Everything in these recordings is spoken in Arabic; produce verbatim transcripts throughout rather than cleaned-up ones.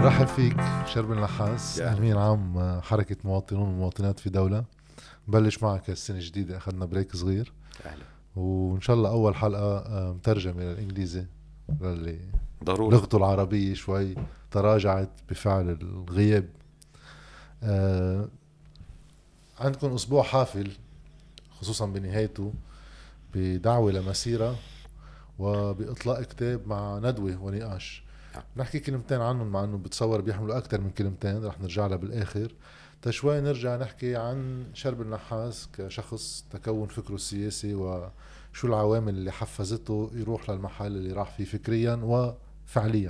رحب فيك شرب النحاس، يا أمين عام حركة مواطنون والمواطنات في دولة. نبلش معك السنة الجديدة، أخذنا بريك صغير أهلا. وإن شاء الله أول حلقة آه، مترجمة للإنجليزي للي ضروري. لغته العربية شوي تراجعت بفعل الغياب. آه، عندكم أسبوع حافل خصوصا بنهايته بدعوة لمسيرة وبإطلاق كتاب مع ندوة ونقاش. نعم. نحكي كلمتين عنهم مع انه بتصور بيحملوا اكثر من كلمتين، رح نرجع لها بالاخر. تشوي نرجع نحكي عن شرب النحاس كشخص، تكون فكره السياسي وشو العوامل اللي حفزته يروح للمحل اللي راح فيه فكريا وفعليا.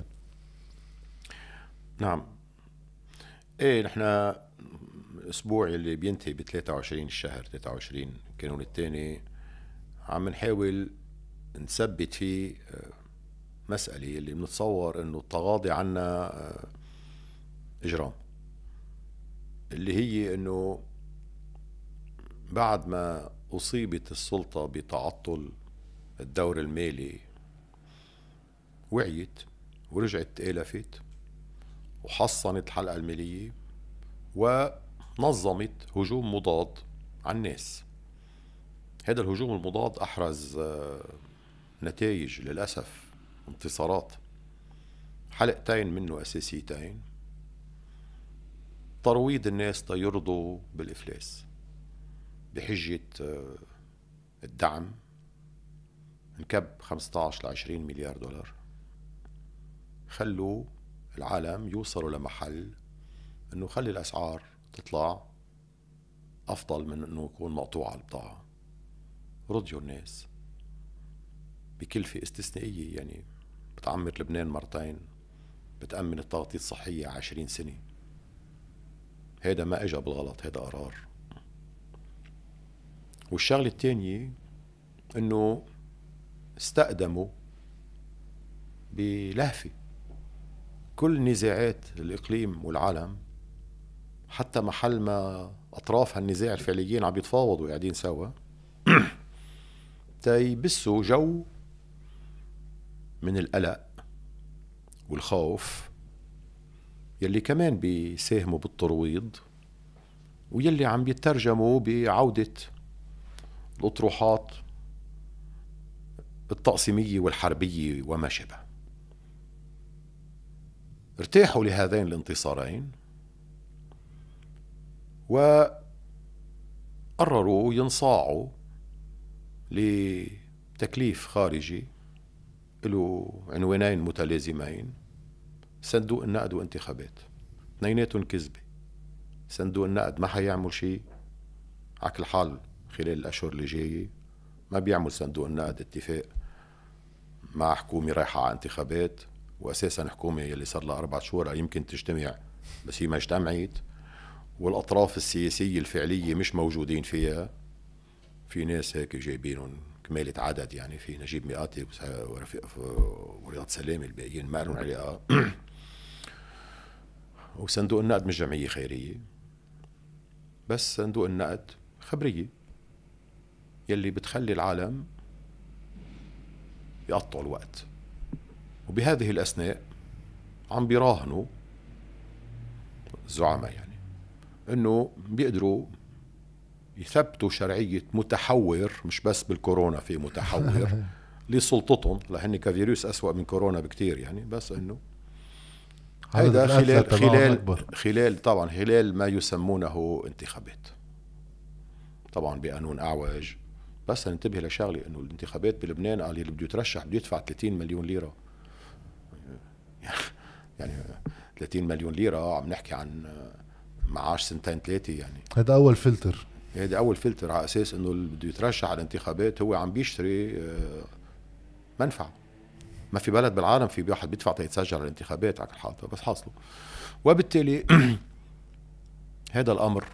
نعم. ايه نحن الاسبوع اللي بينتهي ب ثلاثة وعشرين الشهر ثلاثة وعشرين كانون الثاني عم نحاول نثبت فيه مسألة اللي بنتصور انه التغاضي عنها اجرام، اللي هي انه بعد ما اصيبت السلطة بتعطل الدور المالي وعيت ورجعت تآلفت وحصنت الحلقة المالية ونظمت هجوم مضاد على الناس. هذا الهجوم المضاد أحرز نتائج للأسف، انتصارات. حلقتين منه أساسيتين: ترويض الناس تيرضوا بالإفلاس بحجة الدعم، انكب خمسة عشر لعشرين مليار دولار، خلوا العالم يوصلوا لمحل انه خلي الاسعار تطلع افضل من انه يكون مقطوع البضاعة. رضيوا الناس بكلفة استثنائية، يعني بتعمر لبنان مرتين، بتأمن التغطية الصحية عشرين سنة. هذا ما اجى بالغلط، هذا قرار. والشغلة الثانية انه استقدموا بلهفة كل نزاعات الإقليم والعالم، حتى محل ما أطراف هالنزاع الفعليين عم يتفاوضوا قاعدين سوا تيبسوا جو من القلق والخوف، يلي كمان بيساهموا بالترويض ويلي عم يترجموا بعودة الأطروحات التقسيمية والحربية وما شابه. ارتاحوا لهذين الانتصارين وقرروا ينصاعوا لتكليف خارجي له عنوانين متلازمين: صندوق النقد وانتخابات. اثنيناتهم كذبة. صندوق النقد ما حيعمل شيء على كل حال خلال الأشهر اللي جاية. ما بيعمل صندوق النقد اتفاق مع حكومة رايحة على انتخابات، وأساساً حكومة يلي صار لها أربعة شهور يمكن تجتمع بس هي ما اجتمعت، والأطراف السياسية الفعلية مش موجودين فيها. في ناس هيك جايبينهم كمالة عدد، يعني في نجيب مئاتي ورياض سلامة، الباقيين ما لهم علاقة. وصندوق النقد مش جمعية خيرية، بس صندوق النقد خبرية يلي بتخلي العالم يقطعوا الوقت. وبهذه الأثناء عم بيراهنوا الزعماء يعني إنه بيقدروا يثبتوا شرعية متحور، مش بس بالكورونا في متحور لسلطتهم، لأن كفيروس أسوأ من كورونا بكتير يعني، بس إنه هذا خلال خلال خلال طبعا خلال ما يسمونه انتخابات، طبعا بقانون أعوج. بس ننتبه لشغلة، إنه الانتخابات بلبنان قال اللي بده يترشح بده يدفع ثلاثين مليون ليرة. يعني ثلاثين مليون ليرة عم نحكي عن معاش سنتين ثلاثة يعني. هذا أول فلتر، هذا أول فلتر على أساس إنه اللي بده يترشح على الانتخابات هو عم بيشتري منفعة. ما في بلد بالعالم في واحد بيدفع تيتسجل على الانتخابات على الحال، بس حاصله. وبالتالي هذا الأمر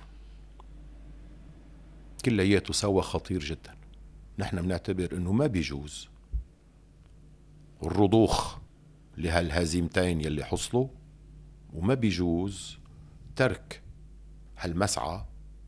كلياته سوا خطير جدا. نحن بنعتبر إنه ما بيجوز الرضوخ لهالهزيمتين يلي حصلوا، وما بيجوز ترك هالمسعى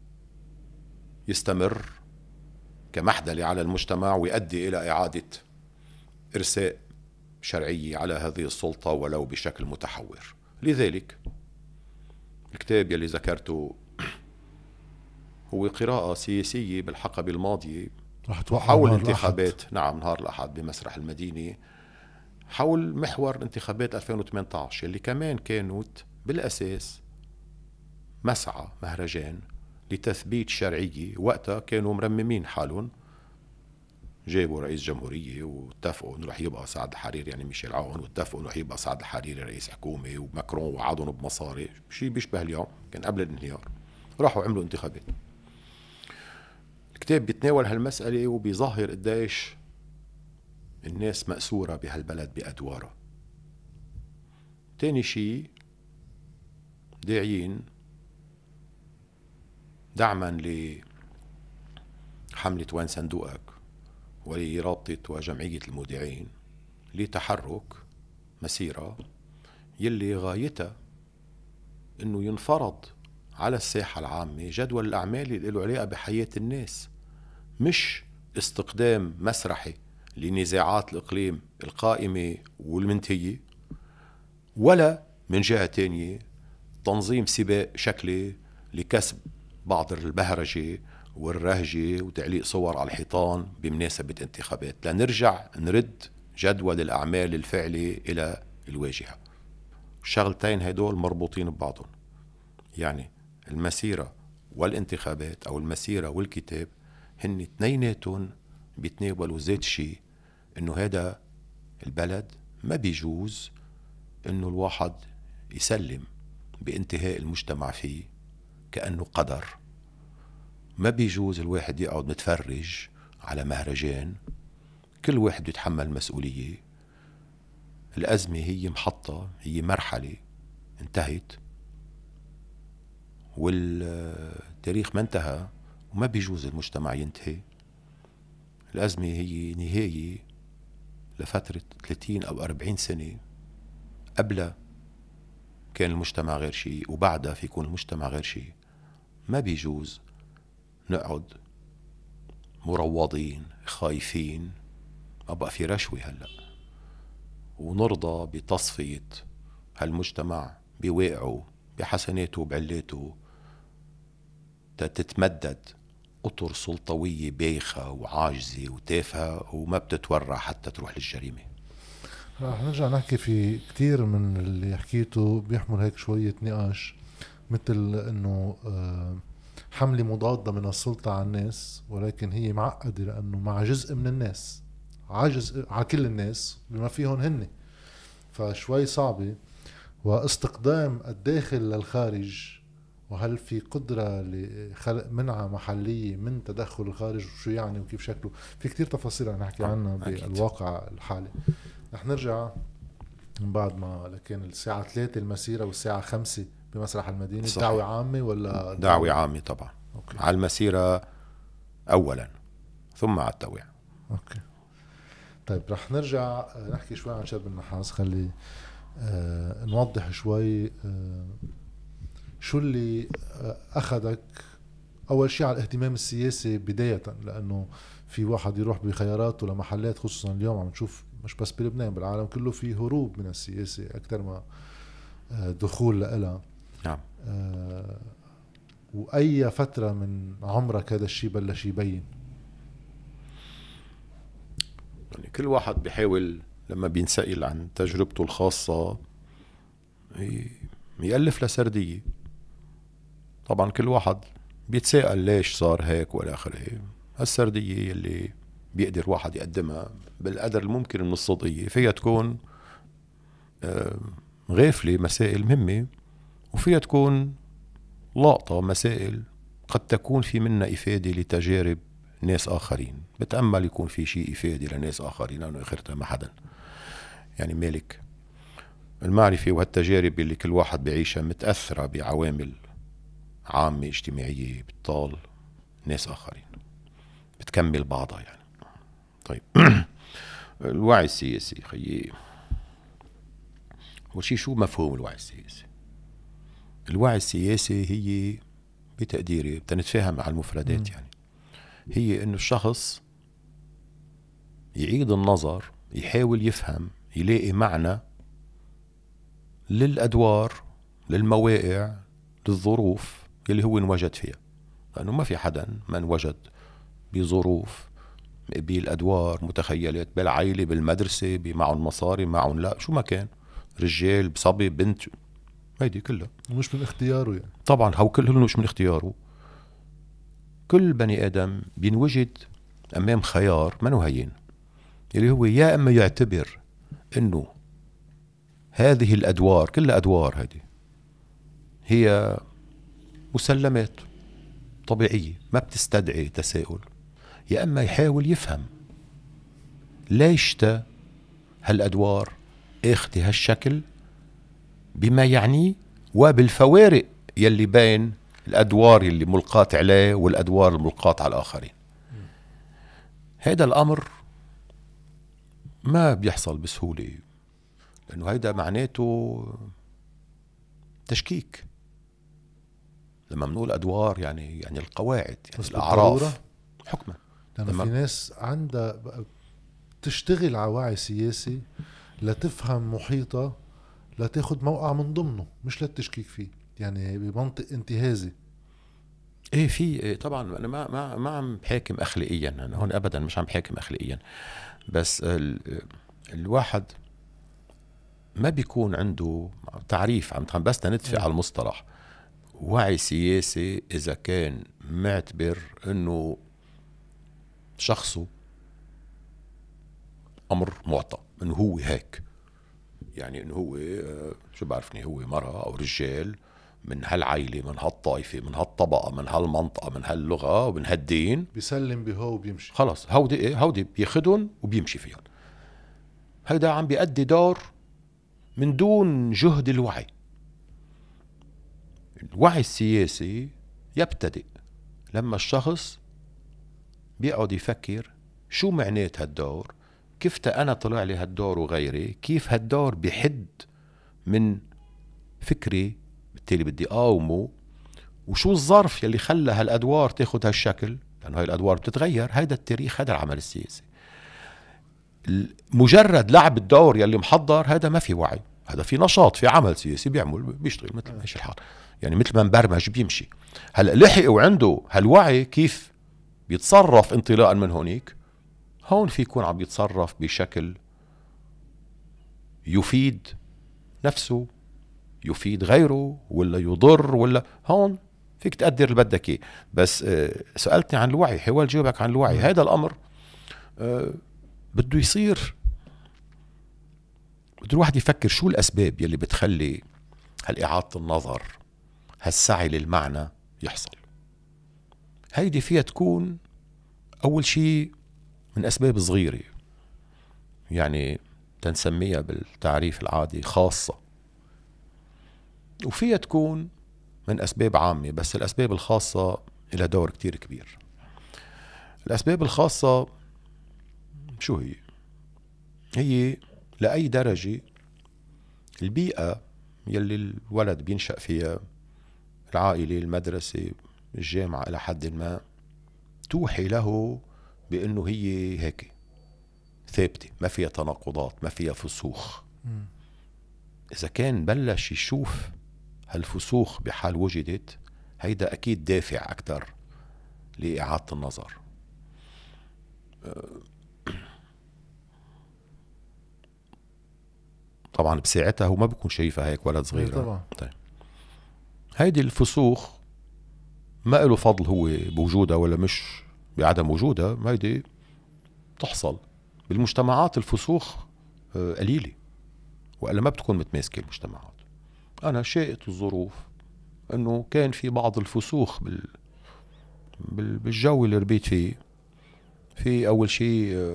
يستمر كمحدلة على المجتمع ويؤدي إلى إعادة إرساء شرعية على هذه السلطة ولو بشكل متحور. لذلك الكتاب يلي ذكرته هو قراءة سياسية بالحقبة الماضية حول انتخابات، نعم، نهار الأحد بمسرح المدينة، حول محور انتخابات ألفين وثمانية عشر اللي كمان كانت بالأساس مسعى مهرجان لتثبيت شرعية. وقتها كانوا مرممين حالهم، جابوا رئيس جمهورية واتفقوا انه رح يبقى سعد الحريري يعني ميشيل عون، واتفقوا انه رح يبقى سعد الحريري رئيس حكومة، وماكرون وعدهم بمصاري، شيء بيشبه اليوم، كان قبل الانهيار. راحوا عملوا انتخابات. الكتاب بيتناول هالمسألة وبيظهر قديش الناس مأسورة بهالبلد بأدوارها. تاني شيء داعيين دعما لحملة وين صندوقك ولرابطة وجمعية المودعين لتحرك مسيرة يلي غايتها انه ينفرض على الساحة العامة جدول الأعمال اللي له علاقة بحياة الناس، مش استقدام مسرحي لنزاعات الإقليم القائمة والمنتهية، ولا من جهة تانية تنظيم سباق شكلي لكسب بعض البهرجة والرهجة وتعليق صور على الحيطان بمناسبة انتخابات. لنرجع نرد جدول الأعمال الفعلي إلى الواجهة. الشغلتين هدول مربوطين ببعضهم، يعني المسيرة والانتخابات أو المسيرة والكتاب هن اثنيناتهم بيتناولوا ذات الشيء، إنه هذا البلد ما بيجوز إنه الواحد يسلم بانتهاء المجتمع فيه كأنه قدر. ما بيجوز الواحد يقعد متفرج على مهرجان، كل واحد يتحمل مسؤولية. الأزمة هي محطة، هي مرحلة انتهت والتاريخ ما انتهى، وما بيجوز المجتمع ينتهي. الأزمة هي نهاية لفترة ثلاثين أو أربعين سنة، قبل كان المجتمع غير شيء وبعدها في يكون المجتمع غير شيء. ما بيجوز نقعد مروضين خايفين أبقى في رشوة هلأ ونرضى بتصفية هالمجتمع بواقعه بحسناته وبعلاته تتمدد أطر سلطوية بايخة وعاجزة وتافهة وما بتتورع حتى تروح للجريمة. رح نرجع نحكي في كتير من اللي حكيته بيحمل هيك شوية نقاش، مثل انه حملة مضادة من السلطة على الناس، ولكن هي معقدة لأنه مع جزء من الناس، عاجز على كل الناس بما فيهم هن، فشوي صعبة. واستقدام الداخل للخارج، وهل في قدرة لخلق منعة محلية من تدخل الخارج وشو يعني وكيف شكله، في كتير تفاصيل نحكي عنها بالواقع الحالي. رح نرجع من بعد ما لكن الساعة ثلاثة المسيرة والساعة خمسة بمسرح المدينة. صحيح. دعوة عامة ولا دعوة عامة طبعا. أوكي. على المسيرة أولا ثم على التوعية. أوكي. طيب رح نرجع نحكي شوي عن شرب النحاس. خلي آه نوضح شوي آه شو اللي آه أخذك أول شيء على الاهتمام السياسي بداية، لأنه في واحد يروح بخياراته لمحلات، خصوصا اليوم عم نشوف مش بس بلبنان بالعالم كله في هروب من السياسة أكثر ما آه دخول لها. نعم. آه وأي فترة من عمرك هذا الشيء بلش يبين؟ يعني كل واحد بيحاول لما بينسأل عن تجربته الخاصة يألف لسردية. طبعا كل واحد بيتساءل ليش صار هيك والى آخره. السردية اللي بيقدر واحد يقدمها بالقدر الممكن من الصدقية فيها تكون غافلة مسائل مهمة، وفيها تكون لاقطة مسائل قد تكون في منها إفادة لتجارب ناس آخرين. بتأمل يكون في شيء إفادة لناس آخرين، لأنه آخرتها ما حدا يعني مالك. المعرفة والتجارب اللي كل واحد بعيشها متأثرة بعوامل عامة اجتماعية بتطال ناس آخرين، بتكمل بعضها يعني. طيب الوعي السياسي خيي، أول شيء شو مفهوم الوعي السياسي؟ الوعي السياسي هي بتقديري بتنتفاهم على المفردات يعني، هي إنه الشخص يعيد النظر، يحاول يفهم، يلاقي معنى للأدوار، للمواقع، للظروف اللي هو انوجد فيها، لأنه ما في حدا ما انوجد بظروف بالأدوار متخيلات، بالعائلة، بالمدرسة، معهم مصاري، معهم لا، شو ما كان، رجال، بصبي، بنت، هيدي كلها ومش من اختياره يعني. طبعا هو كلهم مش من اختياره. كل بني آدم بينوجد أمام خيار منو هين، اللي هو يا أما يعتبر أنه هذه الأدوار كلها أدوار هذه هي مسلمات طبيعية ما بتستدعي تساؤل، يا أما يحاول يفهم ليش تا هالأدوار اخذ هالشكل بما يعنيه وبالفوارق يلي بين الأدوار يلي ملقاة عليه والأدوار الملقاة على الآخرين. هذا الأمر ما بيحصل بسهولة، لأنه هيدا معناته تشكيك. لما بنقول أدوار يعني يعني القواعد، يعني الأعراف حكما، لأنه في ناس عندها تشتغل على وعي سياسي لتفهم محيطها، لتاخد موقع من ضمنه، مش للتشكيك فيه، يعني بمنطق انتهازي. ايه في إيه طبعا انا ما ما ما عم بحاكم اخلاقيا، انا هون ابدا مش عم بحاكم اخلاقيا، بس ال الواحد ما بيكون عنده تعريف، عم بس ندفع على المصطلح وعي سياسي اذا كان معتبر انه شخصه امر معطى، انه هو هيك، يعني انه هو شو بعرفني هو مرأة او رجال من هالعائلة، من هالطائفة، من هالطبقة، من هالمنطقة، من هاللغة ومن هالدين، بيسلم بهو وبيمشي خلص. هودي ايه، هودي بياخدهم وبيمشي فيهم. هيدا عم بيأدي دور من دون جهد الوعي. الوعي السياسي يبتدئ لما الشخص بيقعد يفكر شو معنات هالدور، كيف أنا طلع لي هالدور وغيري، كيف هالدور بحد من فكري بالتالي بدي قاومه، وشو الظرف يلي خلى هالأدوار تاخد هالشكل، لأنه هاي الأدوار بتتغير. هيدا التاريخ، هذا العمل السياسي. مجرد لعب الدور يلي محضر هذا ما في وعي، هذا في نشاط، في عمل سياسي بيعمل بيشتغل مثل ما الحال، يعني مثل ما مبرمج بيمشي. هلا لحق وعنده هالوعي كيف بيتصرف انطلاقا من هونيك، هون في يكون عم بيتصرف بشكل يفيد نفسه، يفيد غيره، ولا يضر، ولا هون فيك تقدر اللي بدك اياه. بس سألتني عن الوعي، حاول جاوبك عن الوعي. هذا الأمر بده يصير، بده الواحد يفكر شو الأسباب يلي بتخلي هالإعادة النظر، هالسعي للمعنى يحصل. هيدي فيها تكون أول شيء من أسباب صغيرة، يعني تنسميها بالتعريف العادي خاصة، وفيها تكون من أسباب عامة، بس الأسباب الخاصة لها دور كتير كبير. الأسباب الخاصة شو هي؟ هي لأي درجة البيئة يلي الولد بينشأ فيها، العائلة، المدرسة، الجامعة، إلى حد ما توحي له بأنه هي هيك ثابتة، ما فيها تناقضات، ما فيها فسوخ. إذا كان بلش يشوف هالفسوخ بحال وجدت، هيدا أكيد دافع أكتر لإعادة النظر. طبعا بساعتها هو ما بيكون شايفها هيك ولد صغير طبعا. طيب. هيدي الفسوخ ما له فضل هو بوجودها ولا مش بعدم وجودها، هيدي تحصل بالمجتمعات. الفسوخ قليلة وإلا ما بتكون متماسكة المجتمعات. أنا شاءت الظروف أنه كان في بعض الفسوخ بال... بال... بالجو اللي ربيت فيه. في أول شيء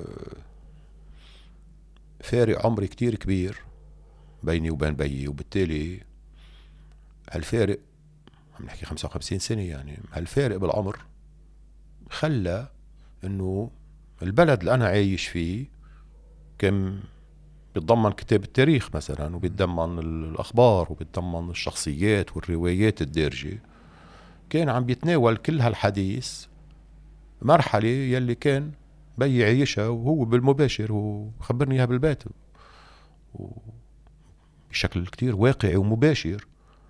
فارق عمري كتير كبير بيني وبين بيي، وبالتالي هالفارق عم نحكي خمسة وخمسين سنة، يعني هالفارق بالعمر خلى انه البلد اللي انا عايش فيه كان بيتضمن كتاب التاريخ مثلا، وبيتضمن الاخبار، وبيتضمن الشخصيات والروايات الدارجة، كان عم بيتناول كل هالحديث مرحلة يلي كان بيي عايشها وهو بالمباشر وخبرني اياها بالبيت بشكل كتير واقعي ومباشر،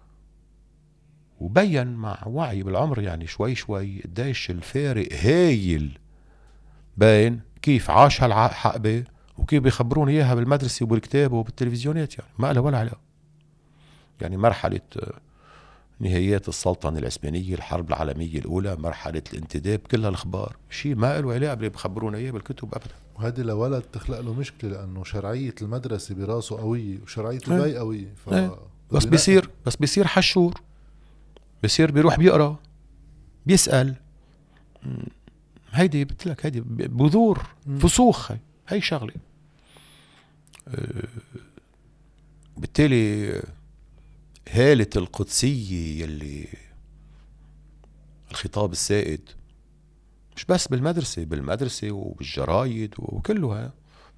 وبين مع وعي بالعمر يعني شوي شوي قديش الفارق هايل بين كيف عاش هالحقبة وكيف بيخبرون إياها بالمدرسة وبالكتاب وبالتلفزيونات. يعني ما له ولا علاقة. يعني مرحلة نهايات السلطنة العثمانية، الحرب العالمية الأولى، مرحلة الانتداب، كلها الأخبار شيء ما له علاقة باللي بخبرون إياه بالكتب أبدا. وهذه لولد تخلق له مشكلة لأنه شرعية المدرسة براسه قوية وشرعية ايه. البي قوية. ف... ايه. بس بيصير بس بيصير حشور، بيصير بيروح بيقرأ بيسأل. هيدي بتلك هيدي بذور فسوخ. هي هي شغلة. بالتالي هالة القدسية يلي الخطاب السائد مش بس بالمدرسة، بالمدرسة وبالجرايد وكلها،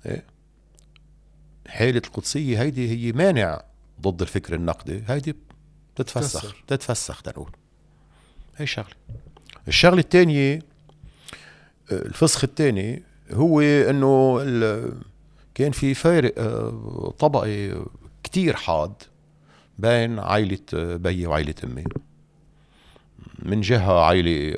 حالة القدسية هيدي هي مانع ضد الفكر النقدي. هيدي بتتفسخ بتتفسخ تنقول. هي شغلة. الشغلة الثانية، الفسخ الثاني هو انه كان في فارق طبقي كتير حاد بين عائلة بيي وعائلة امي. من جهة عائلة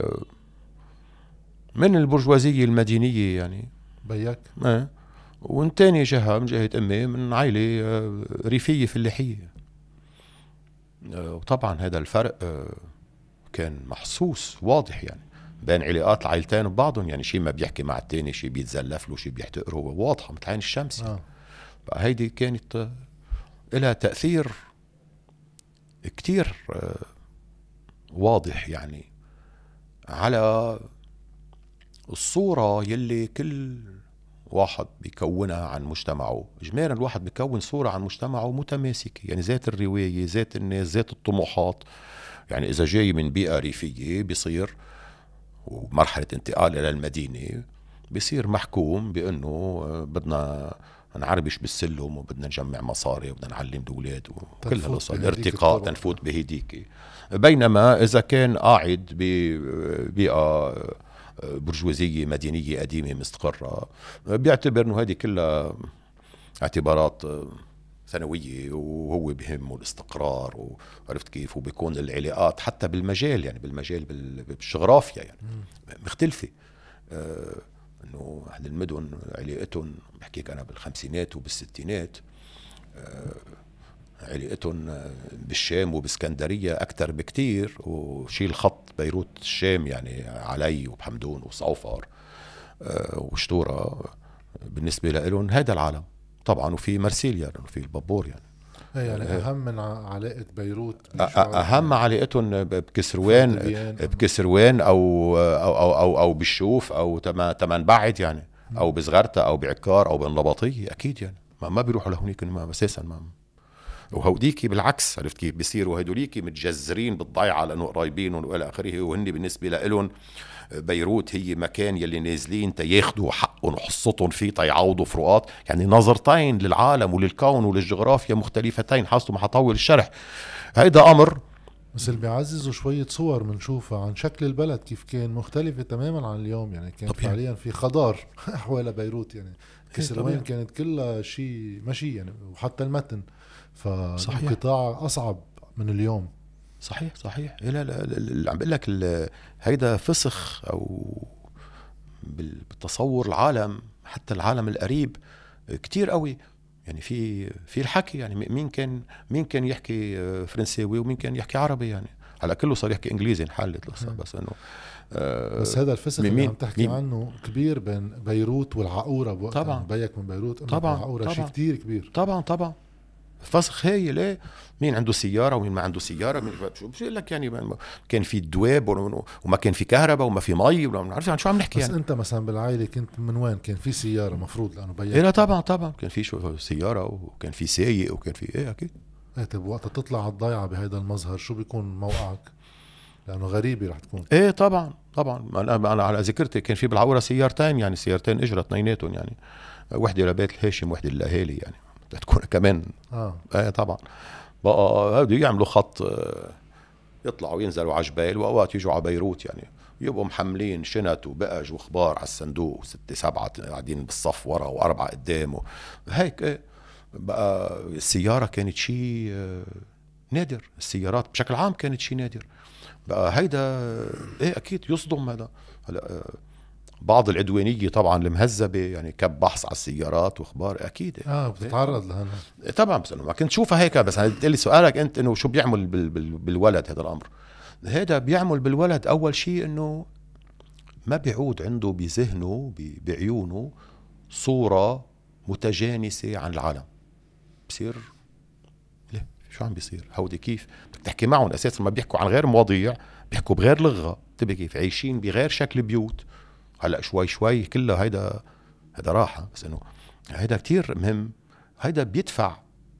من البرجوازية المدينية يعني بيك، اه، ومن تاني جهة من جهة امي من عائلة ريفية فلاحية. وطبعا هذا الفرق كان محسوس واضح يعني بين علاقات العائلتين ببعضهم. يعني شيء ما بيحكي مع التاني، شيء بيتزلف له، شيء بيحتقره، واضحة مثل عين الشمس. آه. هيدي كانت لها تأثير كتير واضح يعني على الصورة يلي كل واحد بيكونها عن مجتمعه. إجمالا الواحد بيكون صورة عن مجتمعه متماسكة، يعني ذات الرواية، ذات الناس، ذات الطموحات. يعني إذا جاي من بيئة ريفية بيصير ومرحلة انتقال إلى المدينة بيصير محكوم بأنه بدنا نعربش بالسلم وبدنا نجمع مصاري وبدنا نعلم الأولاد وكل هالقصص، الارتقاء تنفوت بهديك. بينما إذا كان قاعد ببيئة برجوازية مدينية قديمة مستقرة بيعتبر أنه هذه كلها اعتبارات ثانوية وهو بهمه الاستقرار، وعرفت كيف، وبيكون العلاقات حتى بالمجال يعني بالمجال بالجغرافيا يعني مختلفة. آه انه اهل المدن علاقتهم بحكيك انا بالخمسينات وبالستينات آه علاقتهم بالشام وباسكندرية اكتر بكتير، وشيل خط بيروت الشام يعني علي وبحمدون وصوفر آه وشتورة بالنسبة لهم هذا العالم طبعا. وفي مرسيليا يعني وفي البابور يعني يعني أهم من علاقة بيروت، أهم علاقتهم بكسروان بكسروان أو أو أو أو, أو بالشوف أو تمن بعد يعني، أو بصغرتا أو بعكار أو بالنبطية أكيد يعني ما, ما بيروحوا لهونيك ما أساسا ما. وهوديكي بالعكس عرفت كيف بيصيروا هدوليكي متجزرين بالضيعة لأنه قريبين وإلى آخره، وهن بالنسبة لهم بيروت هي مكان يلي نازلين تياخدوا حقهم وحصتهم فيه تيعوضوا فروقات. يعني نظرتين للعالم وللكون وللجغرافيا مختلفتين. حاصله ما حطول الشرح هيدا أمر. بس اللي بيعززوا شوية صور منشوفها عن شكل البلد كيف كان مختلفة تماما عن اليوم. يعني كان طبيعي. فعليا في خضار أحوال بيروت يعني كسروان كانت كلها شيء ماشي يعني، وحتى المتن فالقطاع أصعب من اليوم. صحيح صحيح. لا لا اللي عم بقول لك هيدا فسخ او بالتصور العالم حتى العالم القريب كتير قوي. يعني في في الحكي يعني مين كان مين كان يحكي فرنساوي ومين كان يحكي عربي يعني هلا كله صار يحكي انجليزي انحلت القصه. بس انه آه بس هذا الفسخ اللي عم تحكي عنه كبير بين بيروت والعقوره بوقتها. طبعا بيك من بيروت طبعا العقوره شيء كتير كبير. طبعا طبعا فسخ هاي ليه مين عنده سيارة ومين ما عنده سيارة. مين شو بقول لك يعني كان في دواب وما كان في كهرباء وما في مي وما بنعرف عن شو عم نحكي. بس يعني انت مثلا بالعائلة كنت من وين كان في سيارة مفروض لانه بيك؟ إيه لا طبعا طبعا كان في شو سيارة وكان في سايق وكان في ايه اكيد. ايه طيب وقت تطلع على الضيعة بهذا المظهر شو بيكون موقعك؟ لانه غريبة رح تكون. ايه طبعا طبعا. انا انا على ذكرتي كان في بالعورة سيارتين يعني سيارتين اجرة اثنيناتهم يعني وحدة لبيت الهاشم وحدة للاهالي يعني تكون كمان اه ايه طبعا. بقى هادو يعملوا خط يطلعوا وينزلوا على جبال واوقات يجوا على بيروت يعني يبقوا محملين شنط وبقج واخبار على الصندوق وستة سبعة قاعدين بالصف ورا واربعة قدام هيك ايه. بقى السيارة كانت شيء نادر، السيارات بشكل عام كانت شيء نادر. بقى هيدا ايه اكيد يصدم هذا. هلا بعض العدوانية طبعا المهذبة يعني كب بحث على السيارات واخبار اكيد اه بتتعرض لهنا طبعا، بس انه ما كنت تشوفها هيك. بس انا بتقلي سؤالك انت انه شو بيعمل بال بال بالولد هذا الامر. هذا بيعمل بالولد اول شيء انه ما بيعود عنده بذهنه بعيونه صورة متجانسة عن العالم. بصير ليه شو عم بيصير هودي كيف بدك تحكي معهم اساسا ما بيحكوا عن غير مواضيع، بيحكوا بغير لغة، تبقى كيف عايشين بغير شكل بيوت. هلا شوي شوي كلها هيدا هيدا راحة. بس انه هيدا كتير مهم. هيدا بيدفع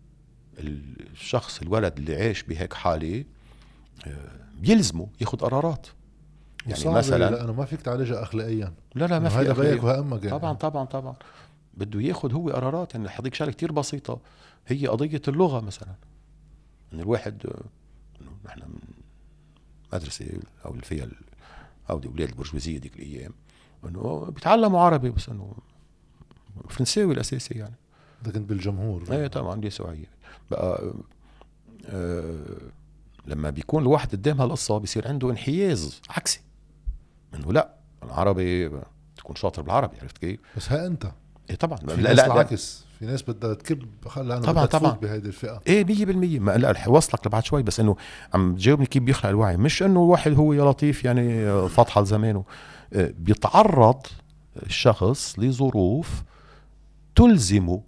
الشخص الولد اللي عايش بهيك حالة بيلزمه ياخد قرارات. يعني مثلا لانه ما فيك تعالجها اخلاقيا. لا لا ما في هذا بيك وهمك يعني. طبعا طبعا طبعا بده ياخد هو قرارات. يعني حديك شغله كتير بسيطه هي قضيه اللغه مثلا. ان الواحد انه نحن من مدرسه او اللي فيها او اولاد البرجوازيه ديك الايام انه بيتعلموا عربي بس انه فرنساوي الاساسي يعني. انت كنت بالجمهور. ايه طبعا يسوعيه بقى. آه لما بيكون الواحد قدام هالقصه بيصير عنده انحياز عكسي انه لا العربي تكون شاطر بالعربي. عرفت كيف؟ بس ها انت ايه طبعا في لا ناس العكس، في ناس بدها تكب لانه طبعا بدها طبعا تفوت بهيدي الفئه. ايه مية بالمية. ما لا رح وصلك لبعد شوي. بس انه عم تجاوبني كيف بيخلق الوعي. مش انه الواحد هو يا لطيف يعني فاضحه لزمانه. بيتعرض الشخص لظروف تلزمه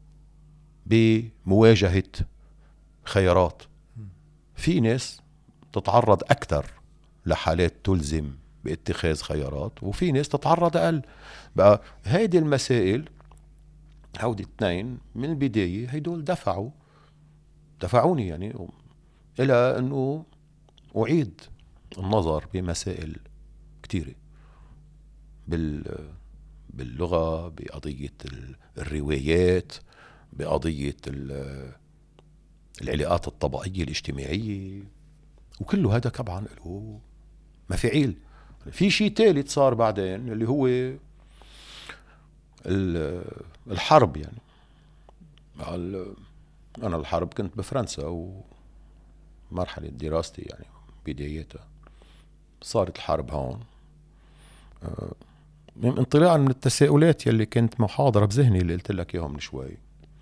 بمواجهه خيارات. في ناس تتعرض اكثر لحالات تلزم باتخاذ خيارات، وفي ناس تتعرض اقل. بقى هيدي المسائل هودي اثنين من البداية هيدول دفعوا دفعوني يعني الى انه اعيد النظر بمسائل كتيرة بال باللغة، بقضية الروايات، بقضية العلاقات الطبقية الاجتماعية. وكله هذا طبعا له مفاعيل. في شيء ثالث صار بعدين اللي هو الحرب. يعني أنا الحرب كنت بفرنسا ومرحلة دراستي يعني بدايتها صارت الحرب هون. انطلاقا من التساؤلات يلي كنت محاضرة بذهني اللي قلت لك اياهم من شوي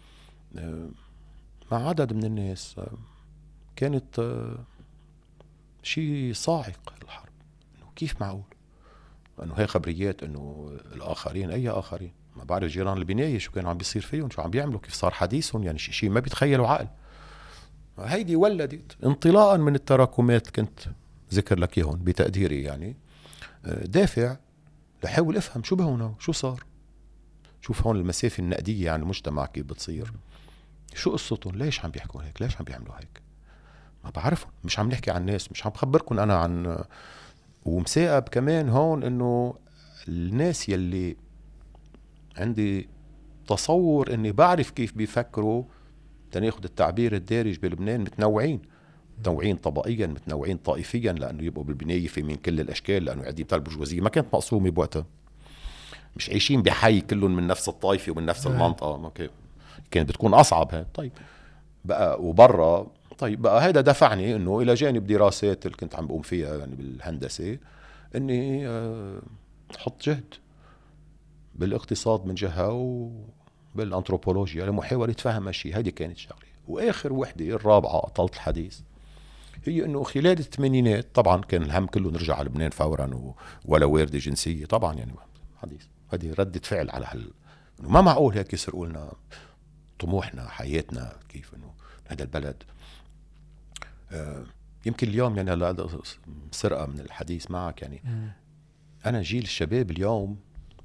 مع عدد من الناس، كانت شيء صاعق الحرب. انه كيف معقول انه هي خبريات انه الاخرين اي اخرين ما بعرف جيران البنايه شو كانوا عم بيصير فيهم، شو عم بيعملوا، كيف صار حديثهم. يعني شيء ما بيتخيلوا عقل. هيدي ولدت انطلاقا من التراكمات كنت ذكر لك اياهم بتقديري يعني دافع لحاول افهم شو بهون شو صار. شوف هون المسافه النقديه عن المجتمع كيف بتصير، شو قصتهم، ليش عم بيحكوا هيك، ليش عم بيعملوا هيك. ما بعرفهم، مش عم نحكي عن الناس، مش عم بخبركم انا عن. ومساقب كمان هون انه الناس يلي عندي تصور اني بعرف كيف بيفكروا، تناخد التعبير الدارج بلبنان، متنوعين متنوعين طبقيا، متنوعين طائفيا، لانه يبقوا بالبنايه في من كل الاشكال، لانه عدي بتاع البرجوازيه ما كانت مقسومه بوقتها، مش عايشين بحي كلهم من نفس الطائفه ومن نفس المنطقه. ما كانت بتكون اصعب هاي. طيب بقى وبرا. طيب بقى هيدا دفعني انه الى جانب دراسات اللي كنت عم بقوم فيها يعني بالهندسه اني احط جهد بالاقتصاد من جهه وبالانثروبولوجيا لمحاوله فهم هالشيء. هيدي كانت شغله. واخر وحده الرابعه اطلت الحديث هي انه خلال الثمانينات طبعا كان الهم كله نرجع على لبنان فورا ولا وارده جنسيه طبعا. يعني حديث هذه رده فعل على هال انه ما معقول هيك يسرقوا لنا طموحنا حياتنا. كيف انه هذا البلد آه يمكن اليوم يعني هلا سرقه من الحديث معك يعني م. انا جيل الشباب اليوم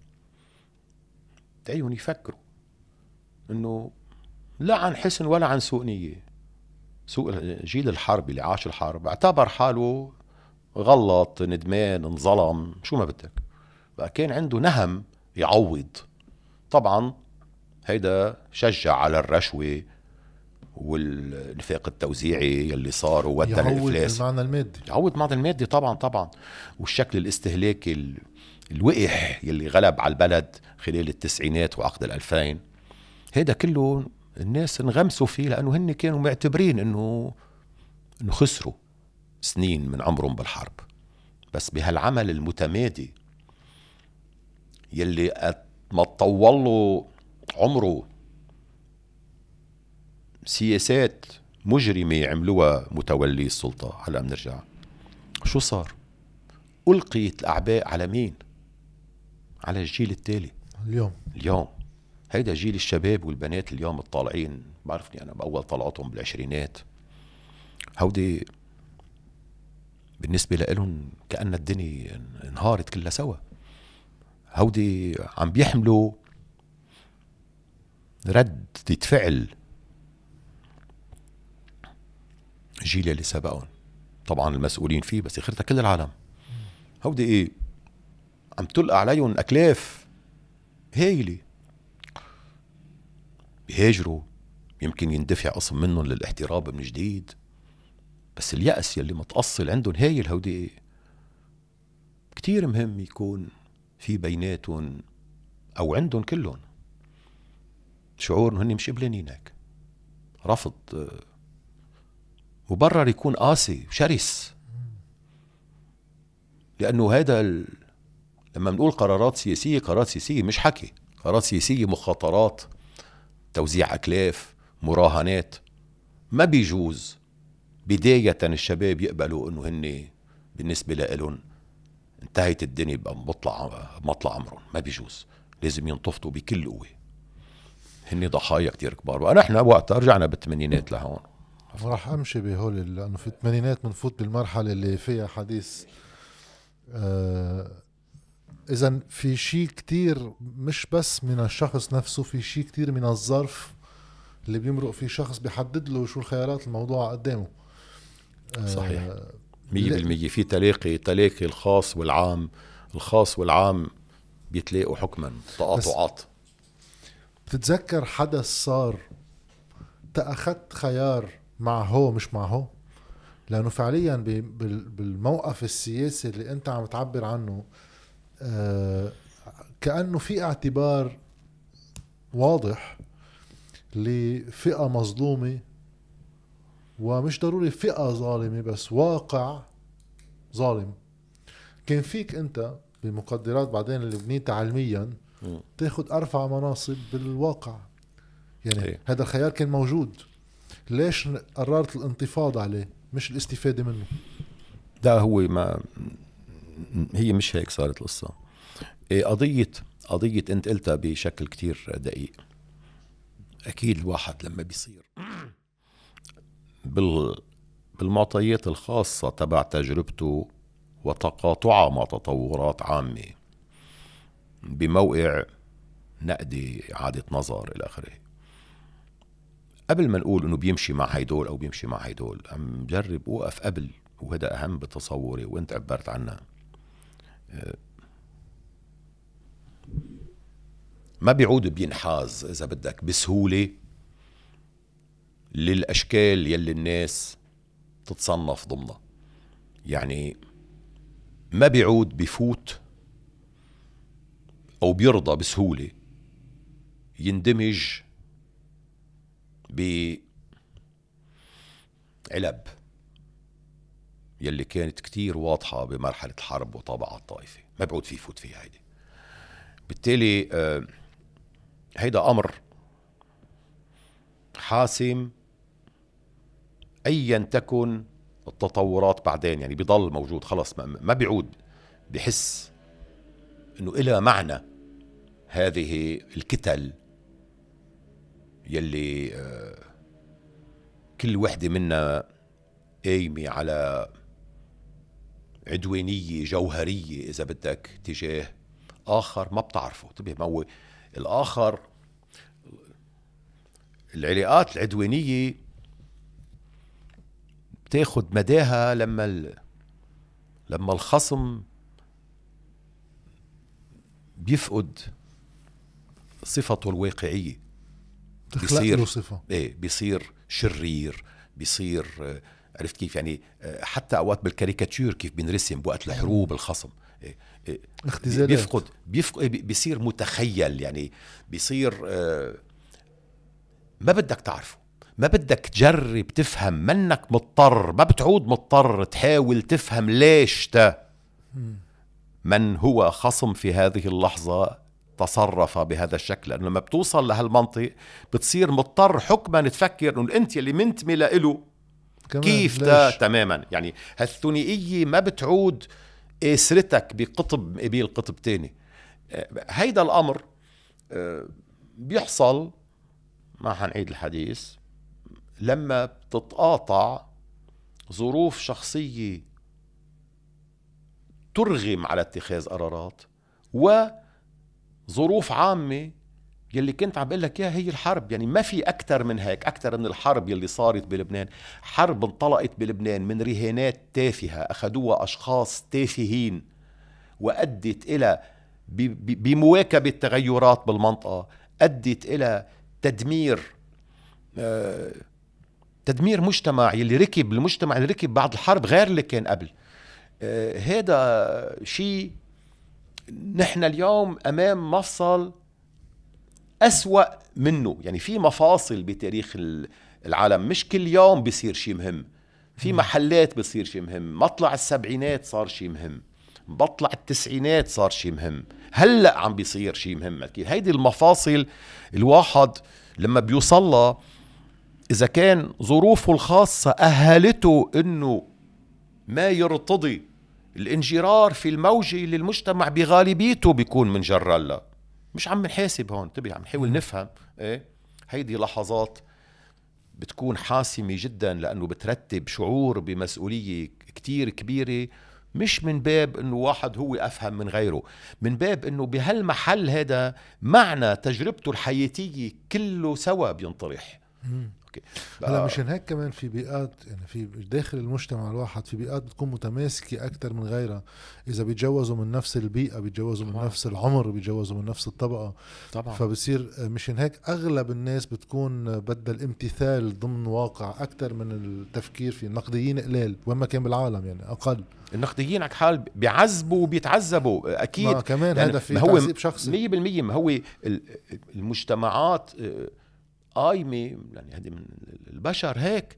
دعيهم يفكروا انه لا عن حسن ولا عن سوء نيه. سوء جيل الحرب اللي عاش الحرب اعتبر حاله غلط، ندمان، انظلم، شو ما بدك. بقى كان عنده نهم يعوض. طبعا هيدا شجع على الرشوه والنفاق التوزيعي يلي صار وودى الافلاس. يعوض المعنى المادي، يعوض المعنى المادي طبعا طبعا. والشكل الاستهلاكي الوقح يلي غلب على البلد خلال التسعينات وعقد الألفين، هيدا كله الناس انغمسوا فيه لأنه هن كانوا معتبرين إنه إنه خسروا سنين من عمرهم بالحرب. بس بهالعمل المتمادي يلي ما تطول له عمره سياسات مجرمة عملوها متولي السلطة، هلا بنرجع شو صار؟ ألقيت الأعباء على مين؟ على الجيل التالي اليوم. اليوم هيدا جيل الشباب والبنات اليوم الطالعين، بعرفني أنا بأول طلعتهم بالعشرينات، هودي بالنسبة لهم كأن الدنيا انهارت كلها سوا. هودي عم بيحملوا ردة فعل الجيل اللي سبقهم، طبعا المسؤولين فيه بس اخرتها كل العالم. هودي ايه عم تلقى عليهم اكلاف هايله، بيهاجروا، يمكن يندفع قسم منهم للاحتراب من جديد، بس اليأس يلي متأصل عندهم هايل. هودي ايه كتير مهم يكون في بيناتهم او عندهم كلهم شعور انه هن مش قبلانينك، رفض مبرر يكون قاسي شرس. لأنه هذا ال... لما بنقول قرارات سياسية، قرارات سياسية مش حكي، قرارات سياسية مخاطرات، توزيع أكلاف، مراهنات. ما بيجوز بداية الشباب يقبلوا أنه هن بالنسبة لهم انتهت الدنيا بقى مطلع مطلع عمرهم، ما بيجوز، لازم ينتفضوا بكل قوة. هن ضحايا كتير كبار، ونحن وقتها رجعنا بالثمانينات لهون. وراح امشي بهول لانه في الثمانينات بنفوت بالمرحله اللي فيها حديث. آه اذا في شيء كتير مش بس من الشخص نفسه، في شيء كتير من الظرف اللي بيمرق فيه شخص بيحدد له شو الخيارات الموضوع قدامه. آه صحيح مية بالمية. في تلاقي تلاقي الخاص والعام، الخاص والعام بيتلاقوا حكما تقاطعات. بتتذكر حدث صار تأخذت خيار مع هو مش مع هو؟ لأنه فعليا بالموقف السياسي اللي أنت عم تعبر عنه آه كأنه في اعتبار واضح لفئة مظلومة، ومش ضروري فئة ظالمة بس واقع ظالم. كان فيك أنت بمقدرات بعدين اللي بنيتها علميا تاخد أرفع مناصب بالواقع، يعني هي. هذا الخيار كان موجود، ليش قررت الانتفاضة عليه مش الاستفادة منه؟ لا هو ما هي مش هيك صارت القصة. إيه قضية قضية انت قلتها بشكل كتير دقيق. اكيد الواحد لما بيصير بال بالمعطيات الخاصة تبع تجربته وتقاطعها مع تطورات عامة بموقع نقدي إعادة نظر إلى آخره، قبل ما نقول إنه بيمشي مع هيدول أو بيمشي مع هيدول، عم جرب وقف قبل، وهذا أهم بتصوري وأنت عبرت عنها. ما بيعود بينحاز إذا بدك بسهولة للأشكال يلي الناس تتصنف ضمنها، يعني ما بيعود بيفوت أو بيرضى بسهولة يندمج بعلب يلي كانت كتير واضحة بمرحلة الحرب وطابعها الطائفة، ما بيعود فيه يفوت فيها هيدي. بالتالي آه هيدا أمر حاسم أيا تكن التطورات بعدين، يعني بيضل موجود خلص، ما بيعود بحس إنه إلها معنى هذه الكتل يلي آه كل وحدة منا قايمة على عدوانية جوهرية إذا بدك تجاه آخر ما بتعرفه. انتبه، ما هو الآخر، العلاقات العدوانية بتاخد مداها لما ال... لما الخصم بيفقد صفته الواقعية، بيصير له صفة، ايه بيصير شرير، بيصير عرفت كيف يعني، حتى اوقات بالكاريكاتير كيف بنرسم بوقت الحروب الخصم اختزالات، بيفقد بيفقد بيصير متخيل، يعني بيصير ما بدك تعرفه، ما بدك تجرب تفهم، منك مضطر، ما بتعود مضطر تحاول تفهم ليش تا من هو خصم في هذه اللحظة تصرف بهذا الشكل. لأنه لما بتوصل لهالمنطق بتصير مضطر حكما تفكر أنه أنت اللي منتمي له كيف تا تماما. يعني هالثنائية ما بتعود اسرتك بقطب قبيل قطب تاني. هيدا الأمر بيحصل، ما حنعيد الحديث، لما بتتقاطع ظروف شخصية ترغم على اتخاذ قرارات وظروف عامة يلي كنت عم بقول لك اياها هي الحرب. يعني ما في اكثر من هيك، اكثر من الحرب يلي صارت بلبنان. حرب انطلقت بلبنان من رهانات تافهة اخذوها اشخاص تافهين وادت الى بمواكبة تغيرات بالمنطقة، ادت الى تدمير آه تدمير مجتمع يلي ركب، المجتمع اللي ركب بعد الحرب غير اللي كان قبل. آه هذا شيء نحن اليوم امام مفصل أسوأ منه. يعني في مفاصل بتاريخ العالم، مش كل يوم بيصير شيء مهم. في محلات بيصير شيء مهم، مطلع السبعينات صار شيء مهم، بطلع التسعينات صار شيء مهم، هلأ عم بيصير شيء مهم. أكيد هيدي المفاصل الواحد لما بيوصلها إذا كان ظروفه الخاصة أهلته إنه ما يرتضي الانجرار في الموجة اللي المجتمع بغالبيته بيكون من جرالها. مش عم نحاسب هون، انتبه، عم نحاول نفهم. ايه هيدي لحظات بتكون حاسمة جدا، لأنه بترتب شعور بمسؤولية كتير كبيرة، مش من باب انه واحد هو افهم من غيره، من باب انه بهالمحل هذا معنى تجربته الحياتية كله سوا بينطرح. هلا مشان هيك كمان في بيئات، يعني في داخل المجتمع الواحد في بيئات بتكون متماسكة أكتر من غيرها. إذا بيتجوزوا من نفس البيئة، بيتجوزوا من نفس العمر، بيتجوزوا من نفس الطبقة طبعا. فبصير مشان هيك أغلب الناس بتكون بدها الامتثال ضمن واقع أكتر من التفكير في النقديين قليل، وين ما كان بالعالم يعني أقل. النقديين على حال بيعذبوا وبيتعذبوا أكيد كمان. هذا في تعذيب شخصي مية بالمية. ما هو المجتمعات قايمة، يعني هذه من البشر هيك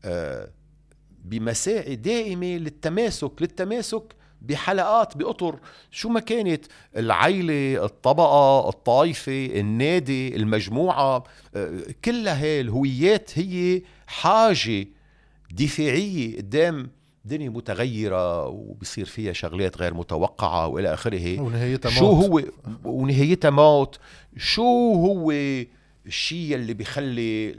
بمساعي دائمة للتماسك للتماسك بحلقات بأطر شو ما كانت العائلة، الطبقة، الطائفة، النادي، المجموعة، كلها هاي الهويات هي حاجة دفاعية قدام دنيا متغيرة وبصير فيها شغلات غير متوقعة وإلى آخره. ونهايتها شو هو ونهايتها موت. شو هو الشيء اللي بيخلي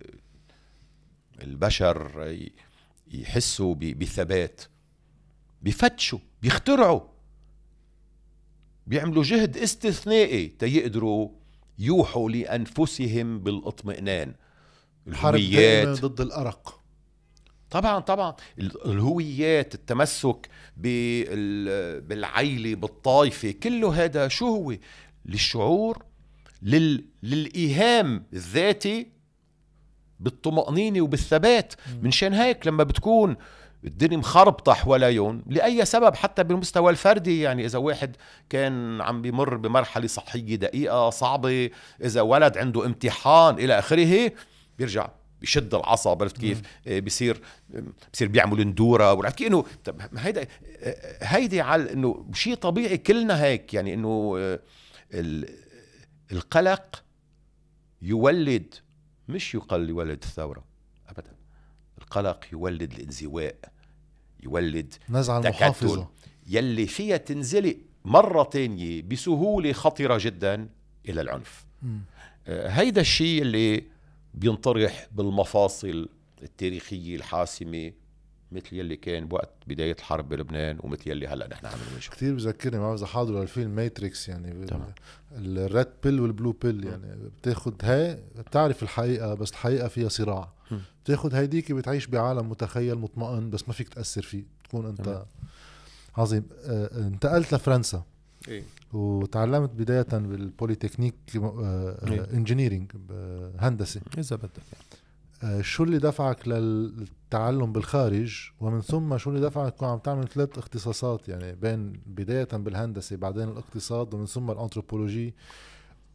البشر يحسوا بثبات؟ بيفتشوا، بيخترعوا، بيعملوا جهد استثنائي تيقدروا يوحوا لأنفسهم بالاطمئنان. الهويات ضد الأرق. طبعا طبعا الهويات، التمسك بالعيلة، بالطائفة، كله هذا شو هو؟ للشعور لل... للإيهام الذاتي بالطمأنينة وبالثبات. من شان هيك لما بتكون الدنيا مخربطة حواليهم لأي سبب، حتى بالمستوى الفردي، يعني إذا واحد كان عم بيمر بمرحلة صحية دقيقة صعبة، إذا ولد عنده امتحان إلى آخره، بيرجع بيشد العصب، عرفت كيف؟ بيصير بيصير بيعمل اندورة، وعرفت كيف؟ إنه هيدا هيدي على إنه شيء طبيعي، كلنا هيك. يعني إنه ال القلق يولد، مش يقل يولد الثورة أبدا. القلق يولد الانزواء، يولد نزعة المحافظة يلي فيها تنزلق مرة تانية بسهولة خطرة جدا إلى العنف. م. هيدا الشيء اللي بينطرح بالمفاصل التاريخية الحاسمة، مثل يلي كان بوقت بداية الحرب بلبنان، ومثل يلي هلا نحن عم نواجهه. كثير بذكرني، ما إذا حاضروا الفيلم ماتريكس، يعني الريد بيل والبلو بيل. يعني بتاخد هاي بتعرف الحقيقة، بس الحقيقة فيها صراع. م. بتاخد هيديك بتعيش بعالم متخيل مطمئن، بس ما فيك تأثر فيه، تكون أنت م. عظيم. اه انتقلت لفرنسا. إيه؟ وتعلمت بداية بالبوليتكنيك اه إيه؟ انجينيرينج، هندسة إذا بدك. شو اللي دفعك للتعلم بالخارج، ومن ثم شو اللي دفعك تكون عم تعمل ثلاث اختصاصات، يعني بين بداية بالهندسة، بعدين الاقتصاد، ومن ثم الانثروبولوجي،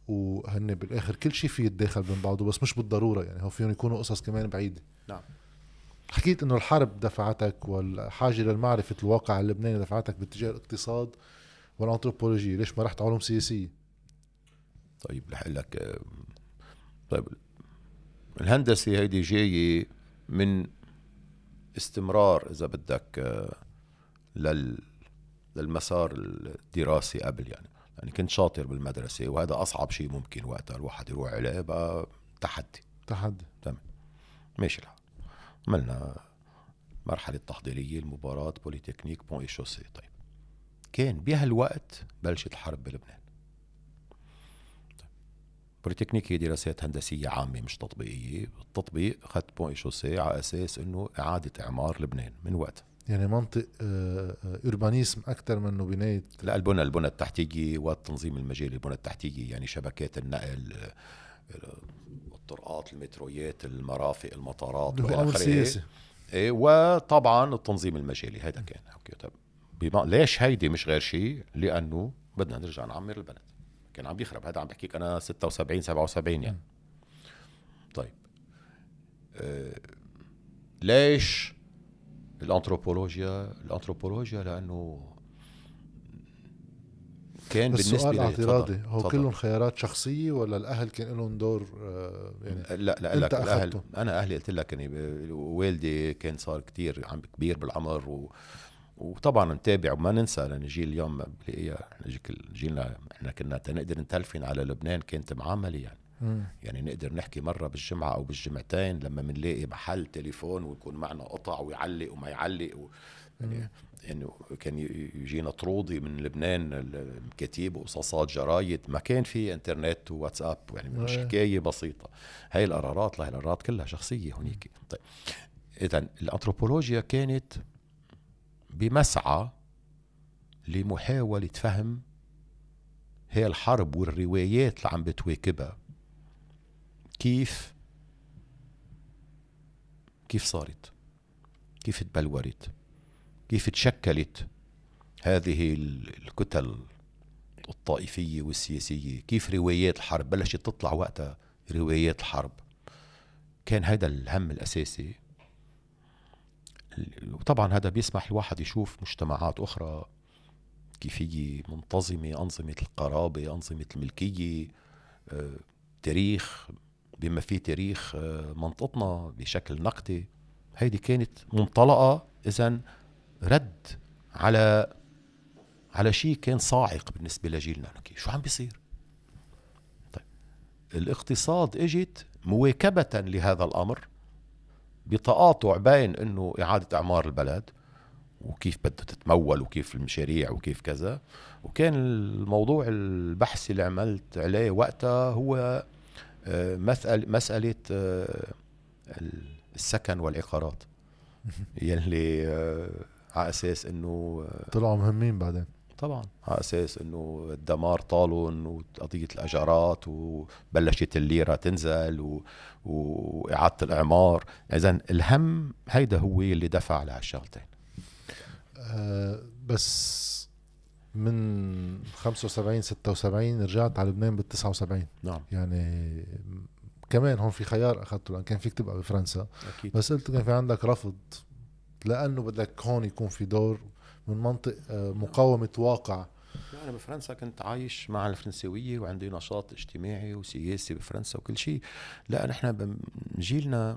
وهن بالاخر كل شيء فيه يتداخل بين بعضه، بس مش بالضروره يعني، هو فيهم يكونوا قصص كمان بعيده. نعم. حكيت انه الحرب دفعتك والحاجه للمعرفه الواقع اللبناني دفعتك باتجاه الاقتصاد والانثروبولوجيا، ليش ما رحت علوم سياسيه؟ طيب رح اقول لك. طيب الهندسه هيدي جايه من استمرار اذا بدك لل للمسار الدراسي قبل، يعني يعني كنت شاطر بالمدرسه، وهذا اصعب شيء ممكن وقتها الواحد يروح عليه، بقى تحدي تحدي. تمام. ماشي الحال. عملنا مرحله تحضيريه المباراه بوليتكنيك بون شوسي. طيب كان بهالوقت بلشت الحرب بلبنان. طيب. بوليتكنيك هي دراسات هندسيه عامه مش تطبيقيه. التطبيق اخذت بون شوسي على اساس انه اعاده اعمار لبنان من وقتها، يعني منطق اوربانيزم اكثر منه بنايه. لا، البنى البنى التحتية والتنظيم المجالي. البنى التحتية يعني شبكات النقل، الطرقات، المترويات، المرافق، المطارات والى اخره. ايه، وطبعا التنظيم المجالي. هذا كان اوكي. طب بما ليش هيدي مش غير شيء؟ لانه بدنا نرجع نعمر البلد، كان عم بيخرب. هذا عم بحكيك انا ستة وسبعين سبعة وسبعين يعني. طيب آه ليش الانثروبولوجيا؟ الانثروبولوجيا لانه كان بس بالنسبه سؤال لي اعتراضي، تفضل. هو تفضل. كلهم خيارات شخصيه ولا الاهل كان لهم دور آه يعني؟ لا لا انت لك الاهل. اخذته. انا اهلي قلت لك يعني والدي كان صار كتير عم كبير بالعمر، و وطبعا نتابع وما ننسى، لان جيل اليوم بلاقيها جيلنا احنا كنا تنقدر نتلفن على لبنان كانت معامله يعني. مم. يعني نقدر نحكي مره بالجمعه او بالجمعتين لما بنلاقي محل تليفون ويكون معنا قطع ويعلق وما يعلق و... يعني انه يعني كان يجينا طرودي من لبنان، الكتيب وقصصات جرايد، ما كان في انترنت وواتساب، يعني مش حكايه بسيطه. هاي القرارات لا، هاي القرارات كلها شخصيه هونيك. طيب اذا الانثروبولوجيا كانت بمسعى لمحاوله فهم هي الحرب والروايات اللي عم بتواكبها كيف كيف صارت، كيف تبلورت، كيف تشكلت هذه الكتل الطائفية والسياسية، كيف روايات الحرب بلشت تطلع وقتها. روايات الحرب كان هذا الهم الأساسي. وطبعا هذا بيسمح الواحد يشوف مجتمعات أخرى كيف هي منتظمة، أنظمة القرابة، أنظمة الملكية، آه، تاريخ بما فيه تاريخ آه، منطقتنا بشكل نقدي. هيدي كانت منطلقة إذن رد على على شيء كان صاعق بالنسبة لجيلنا. شو عم بيصير؟ طيب الاقتصاد اجت مواكبة لهذا الأمر بتقاطع بين أنه إعادة إعمار البلد وكيف بدها تتمول وكيف المشاريع وكيف كذا. وكان الموضوع البحثي اللي عملت عليه وقتها هو مسألة مسألة السكن والعقارات يلي على أساس أنه طلعوا مهمين بعدين. طبعا على أساس أنه الدمار طالن وقضية الأجارات وبلشت الليرة تنزل و... وإعادة الإعمار. إذن الهم هيدا هو اللي دفع على هالشغلتين. أه بس من خمسة وسبعين ستة وسبعين رجعت على لبنان بالتسعة وسبعين. نعم. يعني كمان هون في خيار أخذته، لأن كان فيك تبقى بفرنسا. أكيد. بس قلت كان في عندك رفض لأنه بدك هون يكون في دور من منطق مقاومة واقع. أنا بفرنسا كنت عايش مع الفرنسوية وعندي نشاط اجتماعي وسياسي بفرنسا وكل شيء. لا نحن جيلنا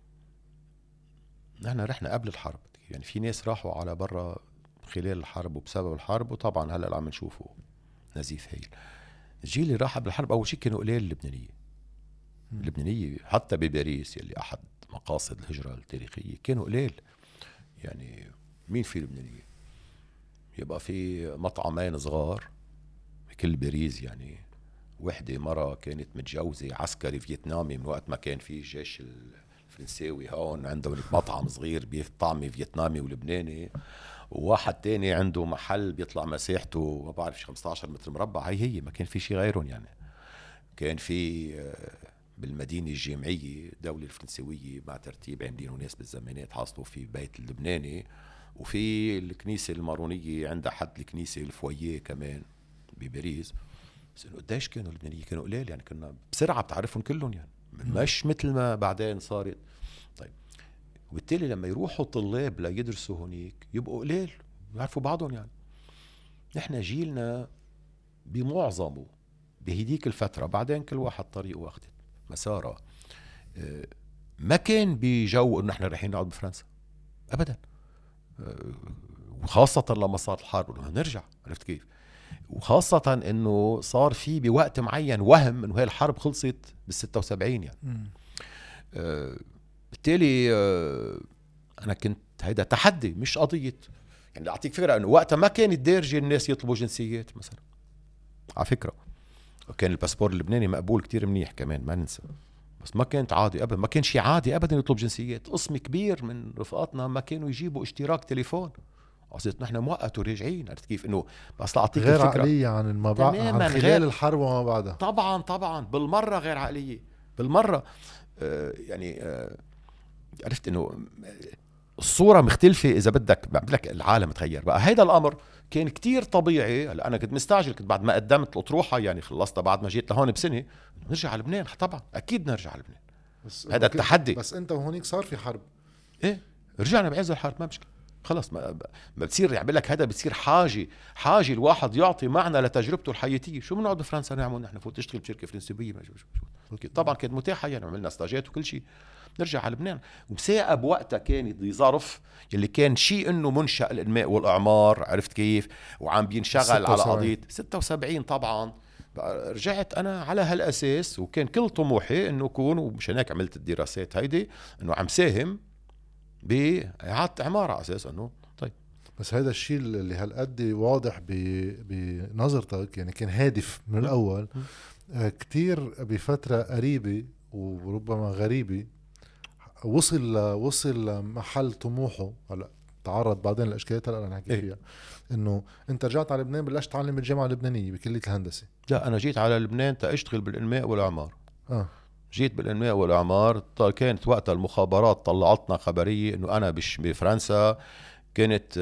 نحن رحنا قبل الحرب، يعني في ناس راحوا على برا خلال الحرب وبسبب الحرب، وطبعا هلا عم نشوفه نزيف هايل. الجيل اللي راح قبل الحرب أول شيء كانوا قليل اللبنانية. اللبنانية حتى بباريس يلي أحد مقاصد الهجرة التاريخية كانوا قليل. يعني مين في لبنانية؟ يبقى في مطعمين صغار بكل باريس، يعني وحدة مرة كانت متجوزة عسكري فيتنامي من وقت ما كان في الجيش الفرنساوي هون، عنده مطعم صغير بطعمي فيتنامي ولبناني، وواحد تاني عنده محل بيطلع مساحته ما بعرف خمسة عشر متر مربع. هي هي ما كان في شي غيرهم. يعني كان في بالمدينة الجامعية الدولة الفرنسوية مع ترتيب عاملين ناس بالزمانات حاصلوا في بيت اللبناني، وفي الكنيسة المارونية عندها حد الكنيسة الفوية كمان بباريس. بس انه قديش كانوا اللبنانيين كانوا قليل يعني، كنا بسرعه بتعرفهم كلهم يعني، مش مثل ما بعدين صارت. طيب وبالتالي لما يروحوا طلاب ليدرسوا هونيك يبقوا قليل يعرفوا بعضهم يعني. نحن جيلنا بمعظمه بهديك الفتره، بعدين كل واحد طريقه واخدت مساره، ما كان بجو انه احنا رايحين نقعد بفرنسا ابدا، وخاصه لما صار الحرب انه نرجع، عرفت كيف؟ وخاصة انه صار في بوقت معين وهم انه هي الحرب خلصت بالستة وسبعين يعني. آه بالتالي آه انا كنت هيدا تحدي مش قضية يعني. اعطيك فكرة انه وقتها ما كانت دارجة الناس يطلبوا جنسيات مثلا، على فكرة كان الباسبور اللبناني مقبول كتير منيح كمان ما ننسى، بس ما كانت عادي ابدا، ما كان شيء عادي ابدا يطلب جنسيات. قسم كبير من رفقاتنا ما كانوا يجيبوا اشتراك تليفون، قصدت نحن مؤقت وراجعين، عرفت كيف؟ انه بس لاعطيك غير الفكره عقليه عن ما بعد، عن خلال غير الحرب وما بعدها. طبعا طبعا بالمره غير عقليه بالمره. آه يعني آه عرفت انه الصوره مختلفه اذا بدك بدك العالم تغير بقى. هيدا الامر كان كتير طبيعي. هلا انا كنت مستعجل، كنت بعد ما قدمت الاطروحه يعني خلصتها بعد ما جيت لهون بسنه نرجع على لبنان. طبعا اكيد نرجع على لبنان، هذا التحدي. بس انت وهونيك صار في حرب. ايه رجعنا بعز الحرب ما مشكله خلاص. ما, ما بتصير يعني لك هذا بتصير حاجه حاجه الواحد يعطي معنى لتجربته الحياتيه. شو بنقعد بفرنسا نعمل نحن؟ فوت تشتغل بشركه فرنسيه طبعا كانت متاحه يعني، عملنا ستاجات وكل شيء. نرجع على لبنان ومساءة بوقتها كانت ظرف اللي كان شيء انه منشأ الانماء والاعمار، عرفت كيف؟ وعم بينشغل على قضيه ستة وسبعين طبعا. رجعت انا على هالاساس، وكان كل طموحي انه اكون، ومشان هيك عملت الدراسات هيدي، انه عم ساهم بإعادة عمارة على اساس انه طيب. بس هذا الشيء اللي هالقد واضح بنظرتك يعني كان هادف من الاول كتير بفترة قريبة وربما غريبة، وصل وصل محل طموحه. هلا تعرض بعدين لاشكالات هلا نحكي إيه؟ فيها. انه انت رجعت على لبنان بلشت تعلم بالجامعه اللبنانيه بكليه الهندسه. لا انا جيت على لبنان تاشتغل بالانماء والاعمار. اه جيت بالانماء والاعمار. كانت وقتها المخابرات طلعتنا خبريه انه انا بش بفرنسا كانت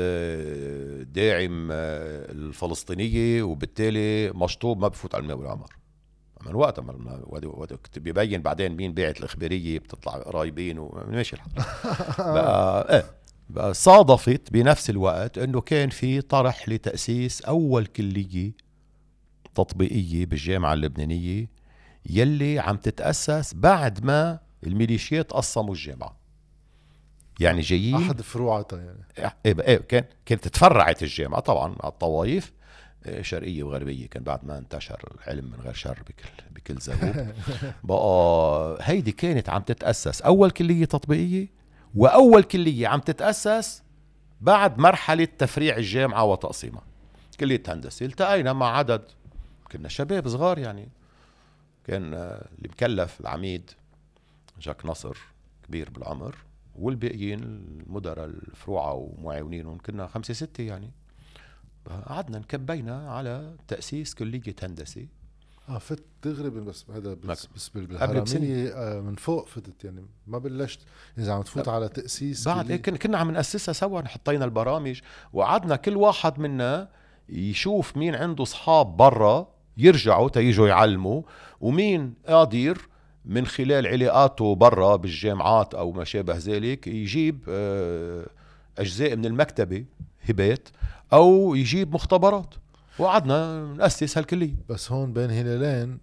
داعم الفلسطينيه، وبالتالي مشطوب ما بفوت على الانماء والاعمار من وقتها. ما كنت بيبين بعدين مين باعت الاخباريه، بتطلع قرايبين وماشي الحال. بقى ايه بقى صادفت بنفس الوقت انه كان في طرح لتاسيس اول كليه تطبيقيه بالجامعه اللبنانيه يلي عم تتاسس بعد ما الميليشيات قسموا الجامعه. يعني جايين احد فروعاتها يعني. ايه ايه كان كانت تفرعت الجامعه طبعا على الطوائف شرقية وغربية، كان بعد ما انتشر العلم من غير شر بكل بكل زبوب. بقى هيدي كانت عم تتأسس أول كلية تطبيقية، وأول كلية عم تتأسس بعد مرحلة تفريع الجامعة وتقسيمها. كلية هندسة التقينا مع عدد، كنا شباب صغار يعني، كان اللي مكلف العميد جاك نصر كبير بالعمر، والباقيين المدراء الفروعة ومعاونينهم كنا خمسة ستة يعني. قعدنا نكبينا على تأسيس كلية هندسة. اه فت تغرب بس هذا بس, بس بالهرمية آه من فوق فتت يعني، ما بلشت إذا عم تفوت على تأسيس بعد إيه كنا عم نأسسها سوا، حطينا البرامج وقعدنا كل واحد منا يشوف مين عنده أصحاب برا يرجعوا تيجوا يعلموا، ومين قادر من خلال علاقاته برا بالجامعات أو ما شابه ذلك يجيب أجزاء من المكتبة هبات أو يجيب مختبرات، وقعدنا نأسس هالكلية. بس هون بين هلالين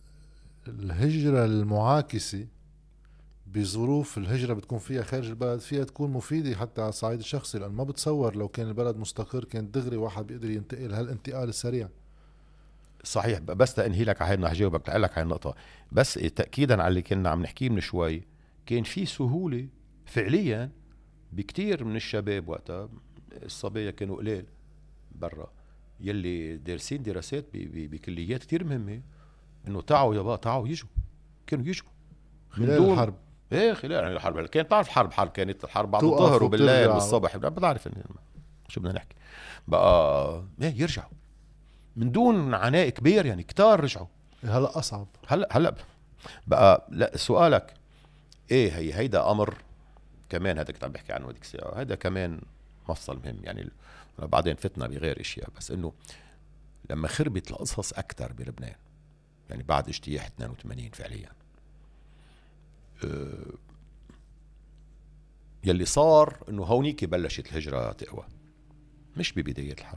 الهجرة المعاكسة بظروف الهجرة بتكون فيها خارج البلد فيها تكون مفيدة حتى على الصعيد الشخصي، لأن ما بتصور لو كان البلد مستقر كان دغري واحد بيقدر ينتقل هالانتقال السريع. صحيح. بس تأنهي لك هاي هجاوبك لك هاي النقطة، بس تأكيدا على اللي كنا عم نحكيه من شوي، كان في سهولة فعليا بكتير من الشباب وقتها، الصبايا كانوا قليل برا يلي دارسين دراسات بكليات كتير مهمة، انه تعوا يابا تعوا يجوا، كانوا يجوا خلال الحرب. ايه خلال الحرب كانت تعرف حرب حرب كانت الحرب بعد الظهر وبالليل والصبح، بعرف شو بدنا نحكي بقى. ايه يرجعوا من دون عناء كبير يعني، كتار رجعوا. هلا اصعب هلا هلا بقى. لا سؤالك ايه هي هيدا امر كمان، هذا كنت عم بحكي عنه هذيك الساعه، هذا كمان مفصل مهم يعني. بعدين فتنا بغير اشياء، بس انه لما خربت القصص أكثر بلبنان، يعني بعد اجتياح اثنين وثمانين فعليا، أه يلي صار انه هونيك بلشت الهجرة تقوى، مش ببداية الحرب.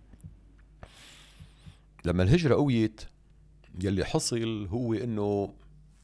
لما الهجرة قويت يلي حصل هو انه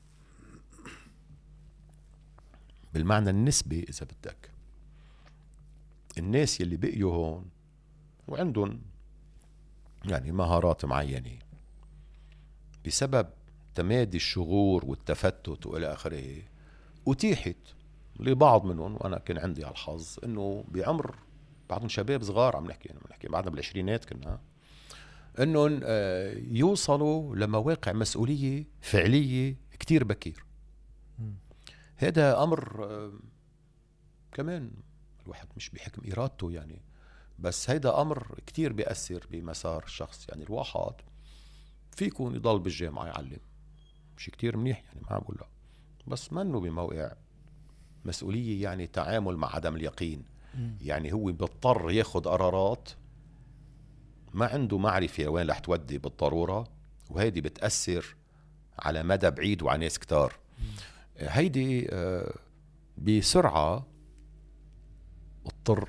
بالمعنى النسبي اذا بدك، الناس يلي بقيوا هون وعندهم يعني مهارات معينة بسبب تمادي الشغور والتفتت والى اخره، اتيحت لبعض منهم، وانا كان عندي على الحظ انه بعمر بعضهم شباب صغار، عم نحكي عم نحكي بعدنا بالعشرينات كنا، انهم يوصلوا لمواقع مسؤولية فعلية كتير بكير. هذا امر كمان الواحد مش بحكم ارادته يعني، بس هيدا امر كتير بيأثر بمسار الشخص. يعني الواحد فيكون يضل بالجامعة يعلم، شيء كتير منيح يعني، ما بقول لا، بس منه بموقع مسؤولية، يعني تعامل مع عدم اليقين. يعني هو بيضطر ياخد قرارات ما عنده معرفة وين رح تودي بالضرورة، وهيدي بتأثر على مدى بعيد وعلى ناس كتار. هيدي بسرعة اضطر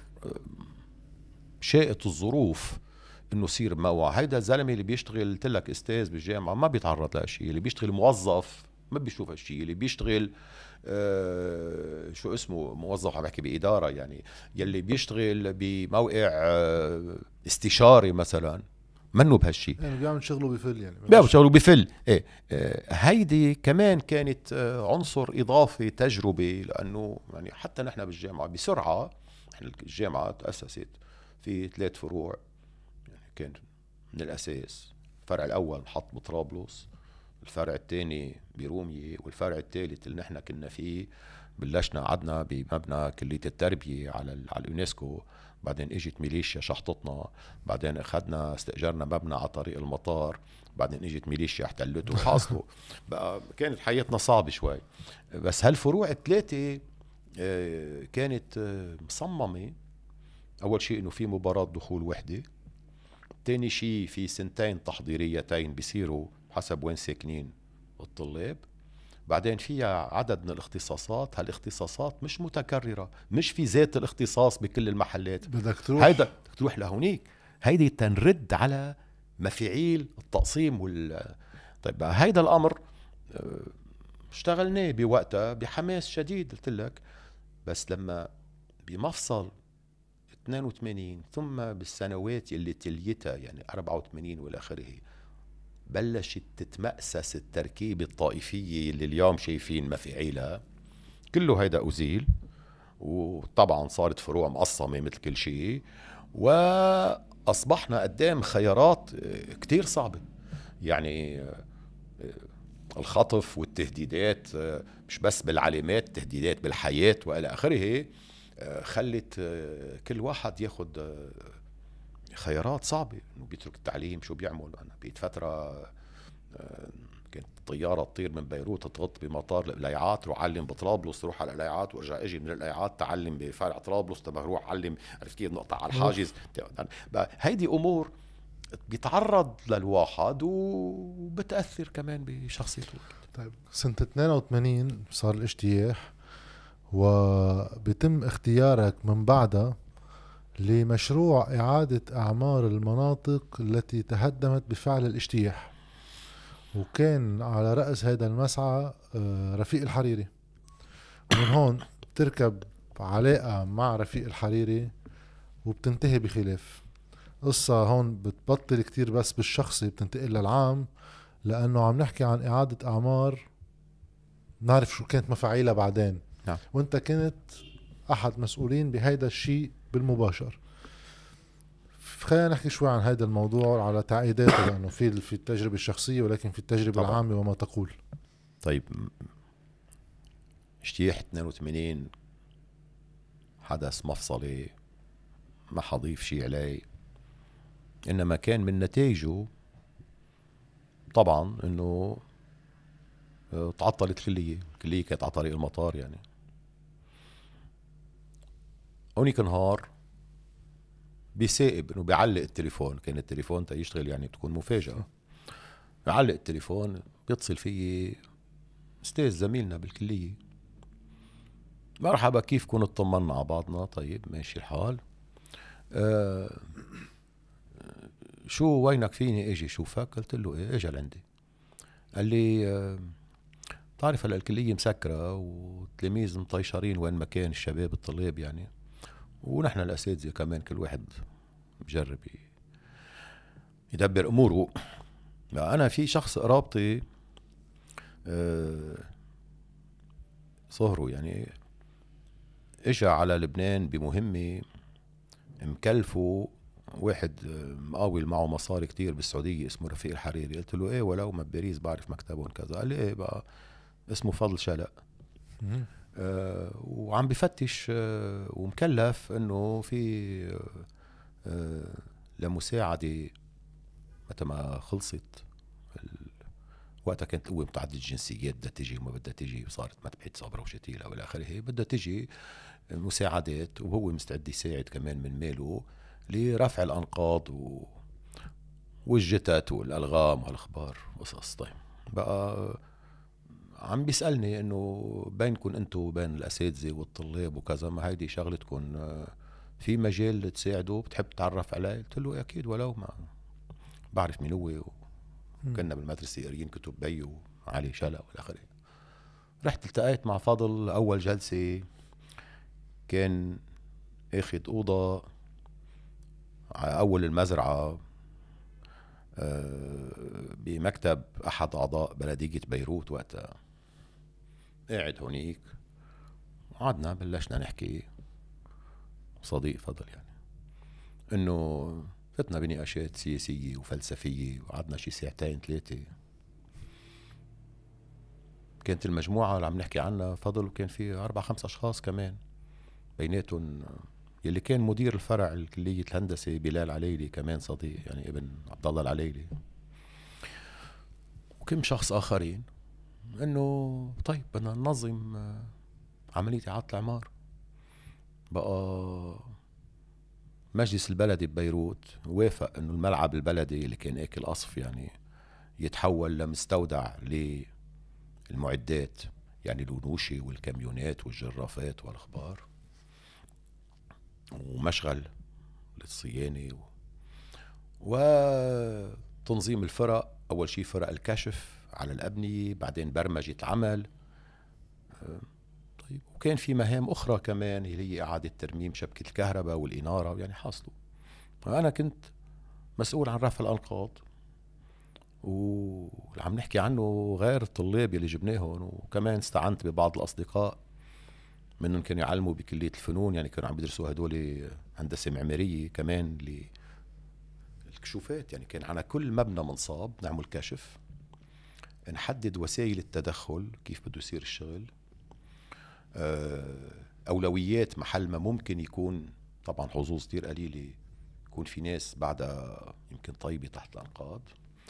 شاءت الظروف انه يصير بموقع. هيدا الزلمة اللي بيشتغل قلتلك استاذ بالجامعة ما بيتعرض لهالشيء، اللي بيشتغل موظف ما بيشوف هالشيء، اللي بيشتغل آه شو اسمه موظف عم بحكي بإدارة، يعني يلي بيشتغل بموقع آه استشاري مثلا منه بهالشيء، يعني بيعمل شغله بفل، يعني بيعمل شغله بفل. ايه آه هيدي كمان كانت آه عنصر إضافي تجربة، لأنه يعني حتى نحن بالجامعة بسرعة، احنا الجامعة تأسست في ثلاث فروع، يعني كان من الأساس الفرع الأول حط بطرابلس، الفرع الثاني برومية، والفرع الثالث اللي نحن كنا فيه بلشنا قعدنا بمبنى كلية التربية على على اليونسكو، بعدين اجت ميليشيا شحطتنا، بعدين اخذنا استئجرنا مبنى على طريق المطار، بعدين اجت ميليشيا احتلته وحاصله. بقى كانت حياتنا صعبة شوي. بس هالفروع الثلاثة كانت مصممة، اول شيء انه في مباراة دخول وحدة، تاني شيء في سنتين تحضيريتين بيصيروا حسب وين ساكنين الطلاب، بعدين فيها عدد من الاختصاصات، هالاختصاصات مش متكررة، مش في ذات الاختصاص بكل المحلات، بدك تروح هيدا بدك تروح لهونيك. هيدي تنرد على مفاعيل التقسيم وال طيب هيدا الامر اشتغلناه بوقتها بحماس شديد قلت لك، بس لما بمفصل اثنين وثمانين ثم بالسنوات اللي تليتها يعني أربعة وثمانين والى اخره بلشت تتمأسس التركيبة الطائفية اللي اليوم شايفين مفاعيلها، كله هيدا أزيل، وطبعا صارت فروع مقسمة مثل كل شيء، وأصبحنا قدام خيارات كتير صعبة. يعني الخطف والتهديدات مش بس بالعلامات، تهديدات بالحياة وإلى آخره، خلت كل واحد ياخد خيارات صعبة، انه بيترك التعليم شو بيعمل. انا بقيت فترة كانت الطيارة تطير من بيروت تغط بمطار القلايعات، روح علم بطرابلس، روح على القلايعات وارجع اجي من القلايعات تعلم بفرع طرابلس، تبع روح علم، عرفت كيف نقطع على الحاجز. هيدي امور بيتعرض للواحد وبتأثر كمان بشخصيته. طيب سنة اثنين وثمانين صار الاجتياح، وبيتم اختيارك من بعدها لمشروع إعادة أعمار المناطق التي تهدمت بفعل الاجتياح، وكان على رأس هذا المسعى رفيق الحريري. ومن هون بتركب علاقة مع رفيق الحريري وبتنتهي بخلاف. قصة هون بتبطل كتير بس بالشخصي، بتنتقل للعام، لأنه عم نحكي عن إعادة أعمار نعرف شو كانت مفاعيلها بعدين. نعم. وانت كنت أحد مسؤولين بهيدا الشيء بالمباشر. خلينا نحكي شوي عن هذا الموضوع على تعقيداته، لأنه في في التجربة الشخصية ولكن في التجربة طبعا العامة وما تقول. طيب اجتياح اثنين وثمانين حدث مفصلي ما حضيف شيء عليه، إنما كان من نتائجه طبعا إنه تعطلت الكلية. الكلية كانت على طريق المطار. يعني هونيك نهار بيسائب انه بيعلق التليفون، كان التليفون تيشتغل يعني بتكون مفاجأة. بيعلق التليفون، بيتصل فيي استاذ زميلنا بالكلية، مرحبا كيفكم، اطمنا على بعضنا، طيب ماشي الحال، أه شو وينك فيني اجي شوفك؟ قلت له ايه اجى لعندي. قال لي أه تعرف هلا الكلية مسكرة والتلاميذ مطيشرين وين ما كان، الشباب الطلاب يعني، ونحن الأساتذة كمان كل واحد بجرب يدبر أموره. أنا في شخص قرابتي أه صهروا يعني اجى على لبنان بمهمة مكلفه واحد مقاول معه مصاري كتير بالسعودية اسمه رفيق الحريري. قلت له ايه ولو ما بباريس بعرف مكتبهم كذا. قال لي ايه بقى، اسمه فضل شلق. آه وعم بفتش آه ومكلف انه في آه آه لمساعدة متى ما خلصت وقتها كانت القوة متعدد الجنسيات بدها تجي وما بدها تجي، وصارت مذبحة صابرة وشتيلة والى اخره، بدها تجي مساعدات وهو مستعد يساعد كمان من ماله لرفع الأنقاض و... والجتات والألغام والأخبار وقصص. طيب بقى عم بيسألني إنه بينكم أنتم وبين الأساتذة والطلاب وكذا، ما هيدي شغلتكم، في مجال تساعدوا بتحب تعرف عليه؟ قلت له أكيد ولو ما بعرف مين هو، وكنا بالمدرسة قاريين كتب بي وعلي شلق والآخره. رحت التقيت مع فضل أول جلسة، كان اخد أوضة على أول المزرعة بمكتب أحد أعضاء بلدية بيروت وقتها. قاعد هونيك، قعدنا بلشنا نحكي، صديق فضل يعني، إنه فتنا بنقاشات سياسية وفلسفية، وقعدنا شي ساعتين ثلاثة. كانت المجموعة اللي عم نحكي عنها فضل وكان في أربع خمس أشخاص كمان، بيناتهم يلي كان مدير الفرع الكلية الهندسة بلال عليلي كمان صديق يعني، ابن عبد الله العليلي، وكم شخص آخرين. إنه طيب بدنا ننظم عملية إعادة الإعمار. بقى مجلس البلدي ببيروت وافق إنه الملعب البلدي اللي كان آكل قصف يعني يتحول لمستودع للمعدات، يعني الونوشي والكاميونات والجرافات والأخبار، ومشغل للصيانة و... وتنظيم الفرق. أول شيء فرق الكشف على الأبنية، بعدين برمجة العمل. طيب وكان في مهام أخرى كمان اللي هي إعادة ترميم شبكة الكهرباء والإنارة يعني حاصلوا. أنا كنت مسؤول عن رفع الأنقاض، واللي عم نحكي عنه غير الطلاب اللي جبناهم، وكمان استعنت ببعض الأصدقاء منهم كانوا يعلموا بكلية الفنون، يعني كانوا عم بيدرسوا هدول هندسة معمارية كمان للكشوفات. يعني كان على كل مبنى منصاب نعمل كشف، نحدد وسائل التدخل كيف بده يصير الشغل، أولويات محل ما ممكن يكون طبعا حظوظ كتير قليلة يكون في ناس بعدها يمكن طيبة تحت الأنقاض،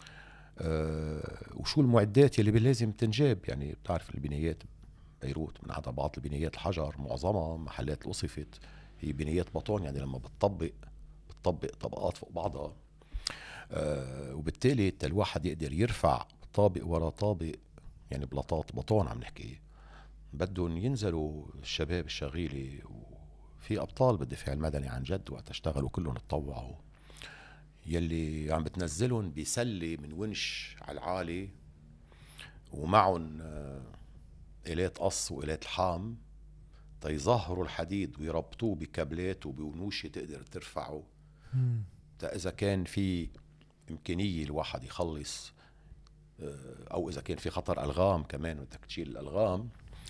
وشو المعدات يلي لازم تنجاب. يعني بتعرف البنايات بيروت من عدا بعض البنايات الحجر معظمها محلات اللي وصفت هي بنايات بطون، يعني لما بتطبق بتطبق طبقات فوق بعضها، أه وبالتالي الواحد يقدر يرفع طابق ورا طابق، يعني بلاطات بطون عم نحكي، بدهم ينزلوا الشباب الشغيلة. وفي أبطال بالدفاع المدني عن جد وقت اشتغلوا كلهم اتطوعوا، يلي عم بتنزلهم بسلة من ونش على العالي ومعهم أه إلات قص وإلات الحام تيظهروا الحديد ويربطوه بكابلات وبونوشة تقدر ترفعه. تا إذا كان في إمكانية الواحد يخلص، أو إذا كان في خطر ألغام كمان بدك تشيل الألغام،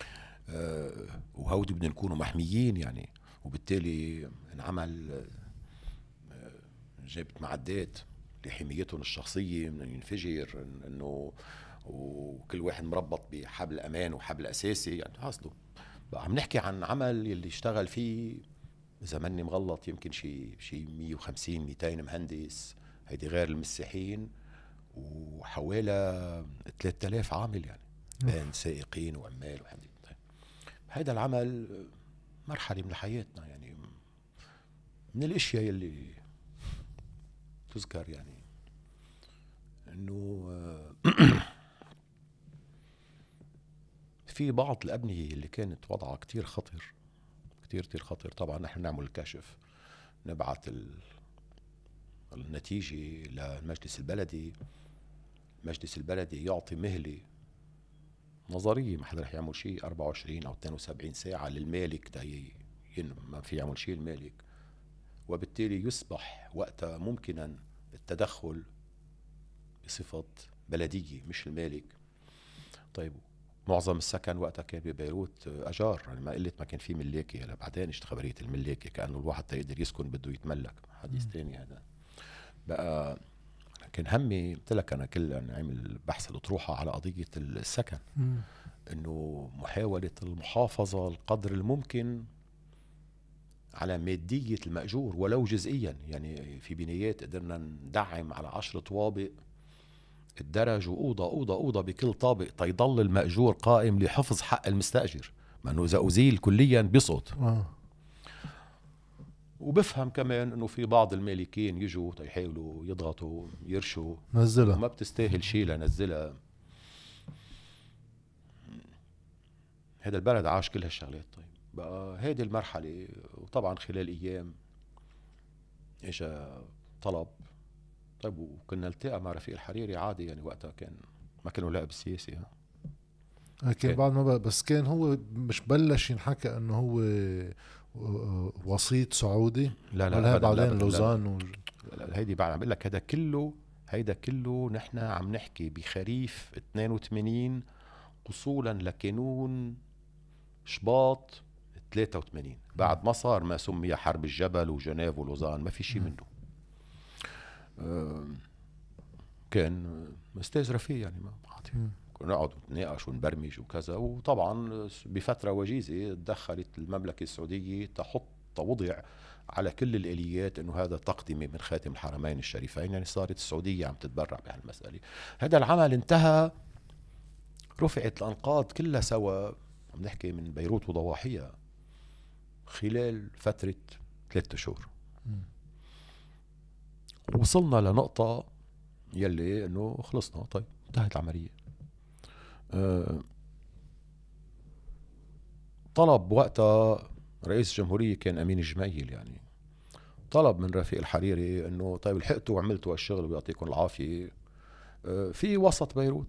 وهودي بدنا نكونوا محميين يعني. وبالتالي انعمل جابت معدات لحمايتهم الشخصية من ينفجر، إنه وكل واحد مربط بحبل أمان وحبل أساسي يعني حاصله. بقى عم نحكي عن عمل يلي اشتغل فيه إذا ماني مغلط يمكن شي شي مية وخمسين ميتين مهندس، هيدي غير المساحين، وحوالي ثلاثة آلاف عامل يعني بين سائقين وعمال وحدي. طيب هيدا العمل مرحلة من حياتنا يعني، من الاشياء يلي تذكر يعني انه في بعض الابنيه اللي كانت وضعها كتير خطر كتير كتير خطر. طبعا نحن نعمل الكشف، نبعث النتيجه للمجلس البلدي، المجلس البلدي يعطي مهله نظريه، ما حدا رح يعمل شيء أربعة وعشرين او اثنين وسبعين ساعه للمالك تا ما في يعمل شيء المالك، وبالتالي يصبح وقتها ممكنا التدخل بصفة بلدية مش المالك. طيب معظم السكن وقتها كان ببيروت أجار، يعني ما قلت ما كان في ملاكي. هلا بعدين اجت خبرية الملاكي كأنه الواحد تقدر يسكن بده يتملك، حديث تاني هذا. بقى كان همي قلت لك أنا كل أنا عامل بحث الأطروحة على قضية السكن، إنه محاولة المحافظة القدر الممكن على مادية المأجور ولو جزئيا. يعني في بنايات قدرنا ندعم على عشر طوابق الدرج وأوضة أوضة أوضة بكل طابق تيضل المأجور قائم لحفظ حق المستأجر، ما أنه إذا أزيل كليا بيسقط. آه. وبفهم كمان أنه في بعض المالكين يجوا يحاولوا يضغطوا يرشوا نزلها، وما بتستاهل شيء لنزلها. هذا البلد عاش كل هالشغلات. طيب بقى هذه المرحلة، وطبعا خلال أيام إجا طلب. طيب وكنا نلتقى مع رفيق الحريري عادي، يعني وقتها كان ما كانوا لاعب السياسي. ها كان بعد ما بس كان هو مش بلش ينحكى انه هو وسيط سعودي. لا لا بعدين لوزان و... هيدي بعد عم بقول لك هذا كله هيدا كله نحن عم نحكي بخريف اثنين وثمانين وصولا لكانون شباط ثلاثة وثمانين، بعد ما صار ما سمي حرب الجبل وجنيف ولوزان، ما في شيء منه. كان استاذ رفيق يعني ما عادي، كنا نقعد نتناقش ونبرمج وكذا. وطبعا بفتره وجيزه تدخلت المملكه السعوديه تحط وضع على كل الاليات انه هذا تقدمه من خاتم الحرمين الشريفين، يعني صارت السعوديه عم تتبرع بهالمساله. هذا العمل انتهى، رفعت الانقاض كلها سوا، عم نحكي من بيروت وضواحيها، خلال فتره ثلاثة اشهر. وصلنا لنقطة يلي انه خلصنا. طيب انتهت العملية. أه طلب وقتها رئيس الجمهورية كان أمين الجميل، يعني طلب من رفيق الحريري انه طيب لحقتوا وعملتوا هالشغل ويعطيكم العافية، أه في وسط بيروت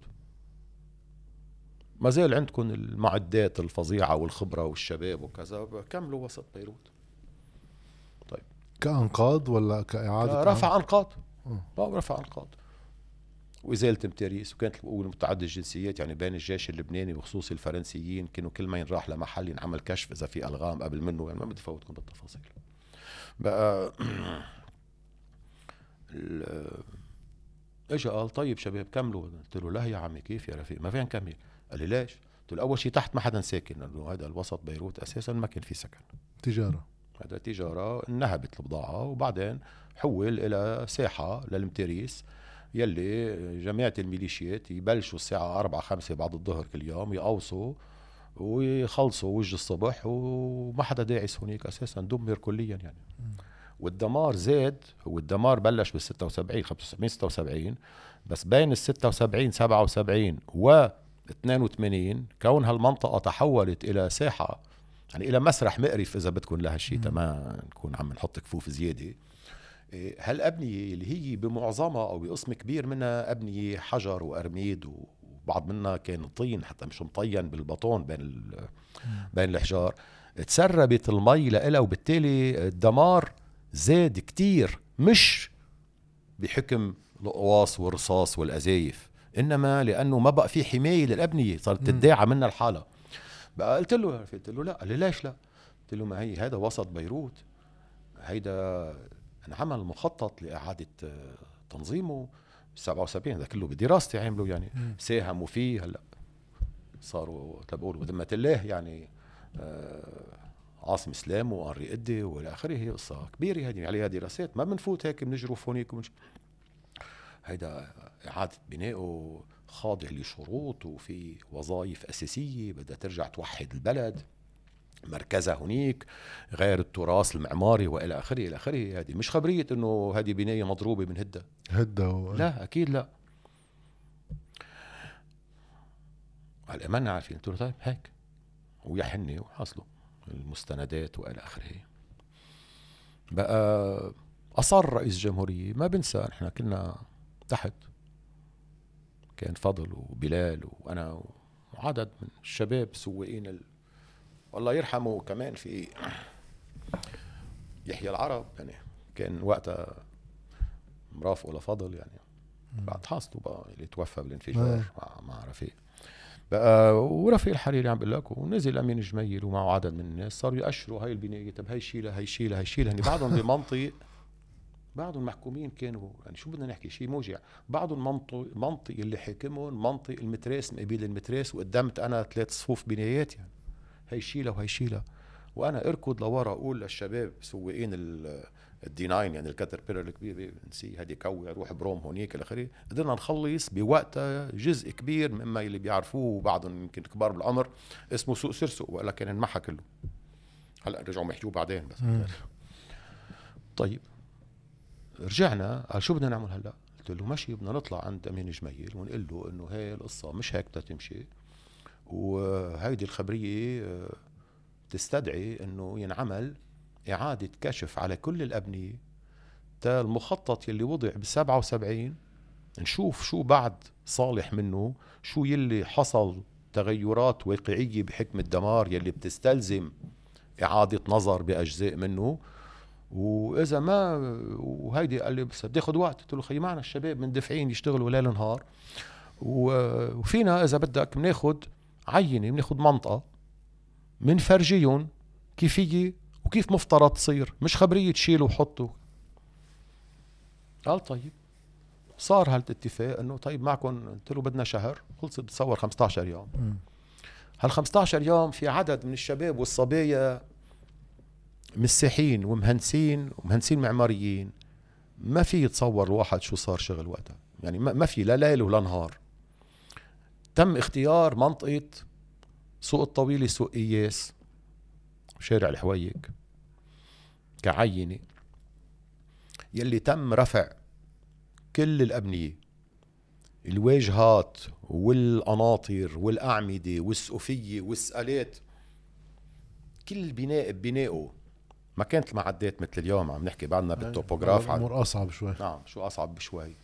ما زال عندكم المعدات الفظيعة والخبرة والشباب وكذا، كملوا وسط بيروت. طيب كأنقاض ولا كإعادة رفع أنقاض؟ اه رفع أنقاض وإزالة امتياريس. وكانت الأولى متعدد الجنسيات، يعني بين الجيش اللبناني وخصوصي الفرنسيين كانوا كل ما ينراح لمحل ينعمل كشف إذا في ألغام قبل منه، يعني ما بدي فوتكم بالتفاصيل. بقى اجى قال طيب شباب كملوا. قلت له لا يا عمي كيف يا رفيق ما فين نكمل؟ قال لي ليش؟ قلت له أول شيء تحت ما حدا ساكن، لأنه هذا الوسط بيروت أساسا ما كان في سكن، تجارة، هذا تجارة انهبت البضاعة، وبعدين حول إلى ساحة للمتريس يلي جماعة الميليشيات يبلشوا الساعة أربعة خمسة بعد الظهر كل يوم يقوصوا ويخلصوا وجه الصبح، وما حدا داعس هناك أساسا، دمر كليا يعني. م. والدمار زاد، والدمار بلش بال ستة وسبعين خمسة وسبعين ستة وسبعين، بس بين ال ستة وسبعين سبعة وسبعين و اثنين وثمانين كون هالمنطقة تحولت إلى ساحة، يعني إلى مسرح مقرف إذا بدكم لهالشيء، تمام نكون عم نحط كفوف زيادة. هالأبنية اللي هي بمعظمها أو بقسم كبير منها أبنية حجر وأرميد، وبعض منها كان طين حتى مش مطين بالبطون بين بين الحجار، تسربت المي لها، وبالتالي الدمار زاد كتير، مش بحكم القواص والرصاص والأزايف، إنما لأنه ما بقى في حماية للأبنية، صارت تداعى منها الحالة. بقى قلت له قلت له لا. قال لي ليش لا؟ قلت له ما هي هذا وسط بيروت، هيدا انعمل مخطط لإعادة تنظيمه سبعة وسبعين، هذا كله بدراستي عملوا يعني، ساهموا فيه. هلا صاروا تبقول بذمة الله يعني آه عاصم اسلام وانري قدي والى اخره، هي قصه كبيره هذه عليها دراسات، ما بنفوت هيك بنجرف هونيك ومش. هيدا اعاده بنائه خاضع لشروط وفي وظائف اساسيه بدها ترجع توحد البلد. مركزها هنيك، غير التراث المعماري والى اخره الى اخره. هذه مش خبريه انه هذه بنايه مضروبه بنهدها، هدا و... لا اكيد لا. هلا ما عارفين. قلت له طيب هيك، ويحني وحصلوا المستندات والى اخره. بقى اصر رئيس الجمهوريه، ما بنسى احنا كنا تحت، كان فضل وبلال وانا وعدد من الشباب سواقين ال... والله يرحمه كمان في يحيى العرب، يعني كان وقتها مرافقه لفضل يعني بعد حاصله بقى اللي توفى بالانفجار مع, مع رفيق بقى. ورفيق الحريري عم بقول لك، ونزل امين جميل ومعه عدد من الناس صاروا يأشروا هاي البنايه، طب هي شيلها هي شيلها هي شيلها. يعني بعضهم بمنطق، بعض المحكومين كانوا يعني شو بدنا نحكي شيء موجع، بعض المنطق منطق اللي حاكمهم منطق المتراس مقابل المتراس، وقدمت انا ثلاث صفوف بنايات يعني هي شيلها وهي شيلها. وانا اركض لورا اقول للشباب سواقين الدي تسعة يعني الكاتربيلر الكبير، نسي هدي كوي روح بروم هونيك الى اخره. قدرنا نخلص بوقتها جزء كبير مما اللي بيعرفوه وبعضهم يمكن كبار بالعمر اسمه سوق سرسق، ولا كان انمحى كله. هلا رجعوا محكوه بعدين بس. طيب رجعنا، قال شو بدنا نعمل هلا؟ قلت له ماشي بدنا نطلع عند امين جميل ونقول له انه هي القصه مش هيك بدها تمشي، وهيدي الخبريه تستدعي انه ينعمل اعاده كشف على كل الابنيه تا المخطط يلي وضع بسبعة وسبعين، نشوف شو بعد صالح منه، شو يلي حصل تغيرات واقعيه بحكم الدمار يلي بتستلزم اعاده نظر باجزاء منه. واذا ما وهيدي قال لي بس بدي اخذ وقت. قلت له خي معنا الشباب مندفعين يشتغلوا ليل نهار، وفينا اذا بدك بناخذ عينه، بناخذ منطقه منفرجيهم كيفيه وكيف مفترض تصير، مش خبريه تشيله وحطه. قال طيب. صار هالاتفاق انه طيب معكم. قلت له بدنا شهر، خلصت بتصور خمسة عشر يوم. هال خمسة عشر يوم في عدد من الشباب والصبايا مساحين ومهندسين ومهندسين معماريين، ما في يتصور الواحد شو صار شغل وقتها، يعني ما في لا ليل ولا نهار. تم اختيار منطقة سوق الطويلة سوق إياس شارع الحويك كعينة، يلي تم رفع كل الأبنية، الواجهات والقناطر والأعمدة والسقفية والسقالات، كل بناء ببنائه. ما كانت المعدات مثل اليوم عم نحكي بعدنا بالتوبوغراف، الأمور أصعب شوي. نعم شو أصعب بشوي.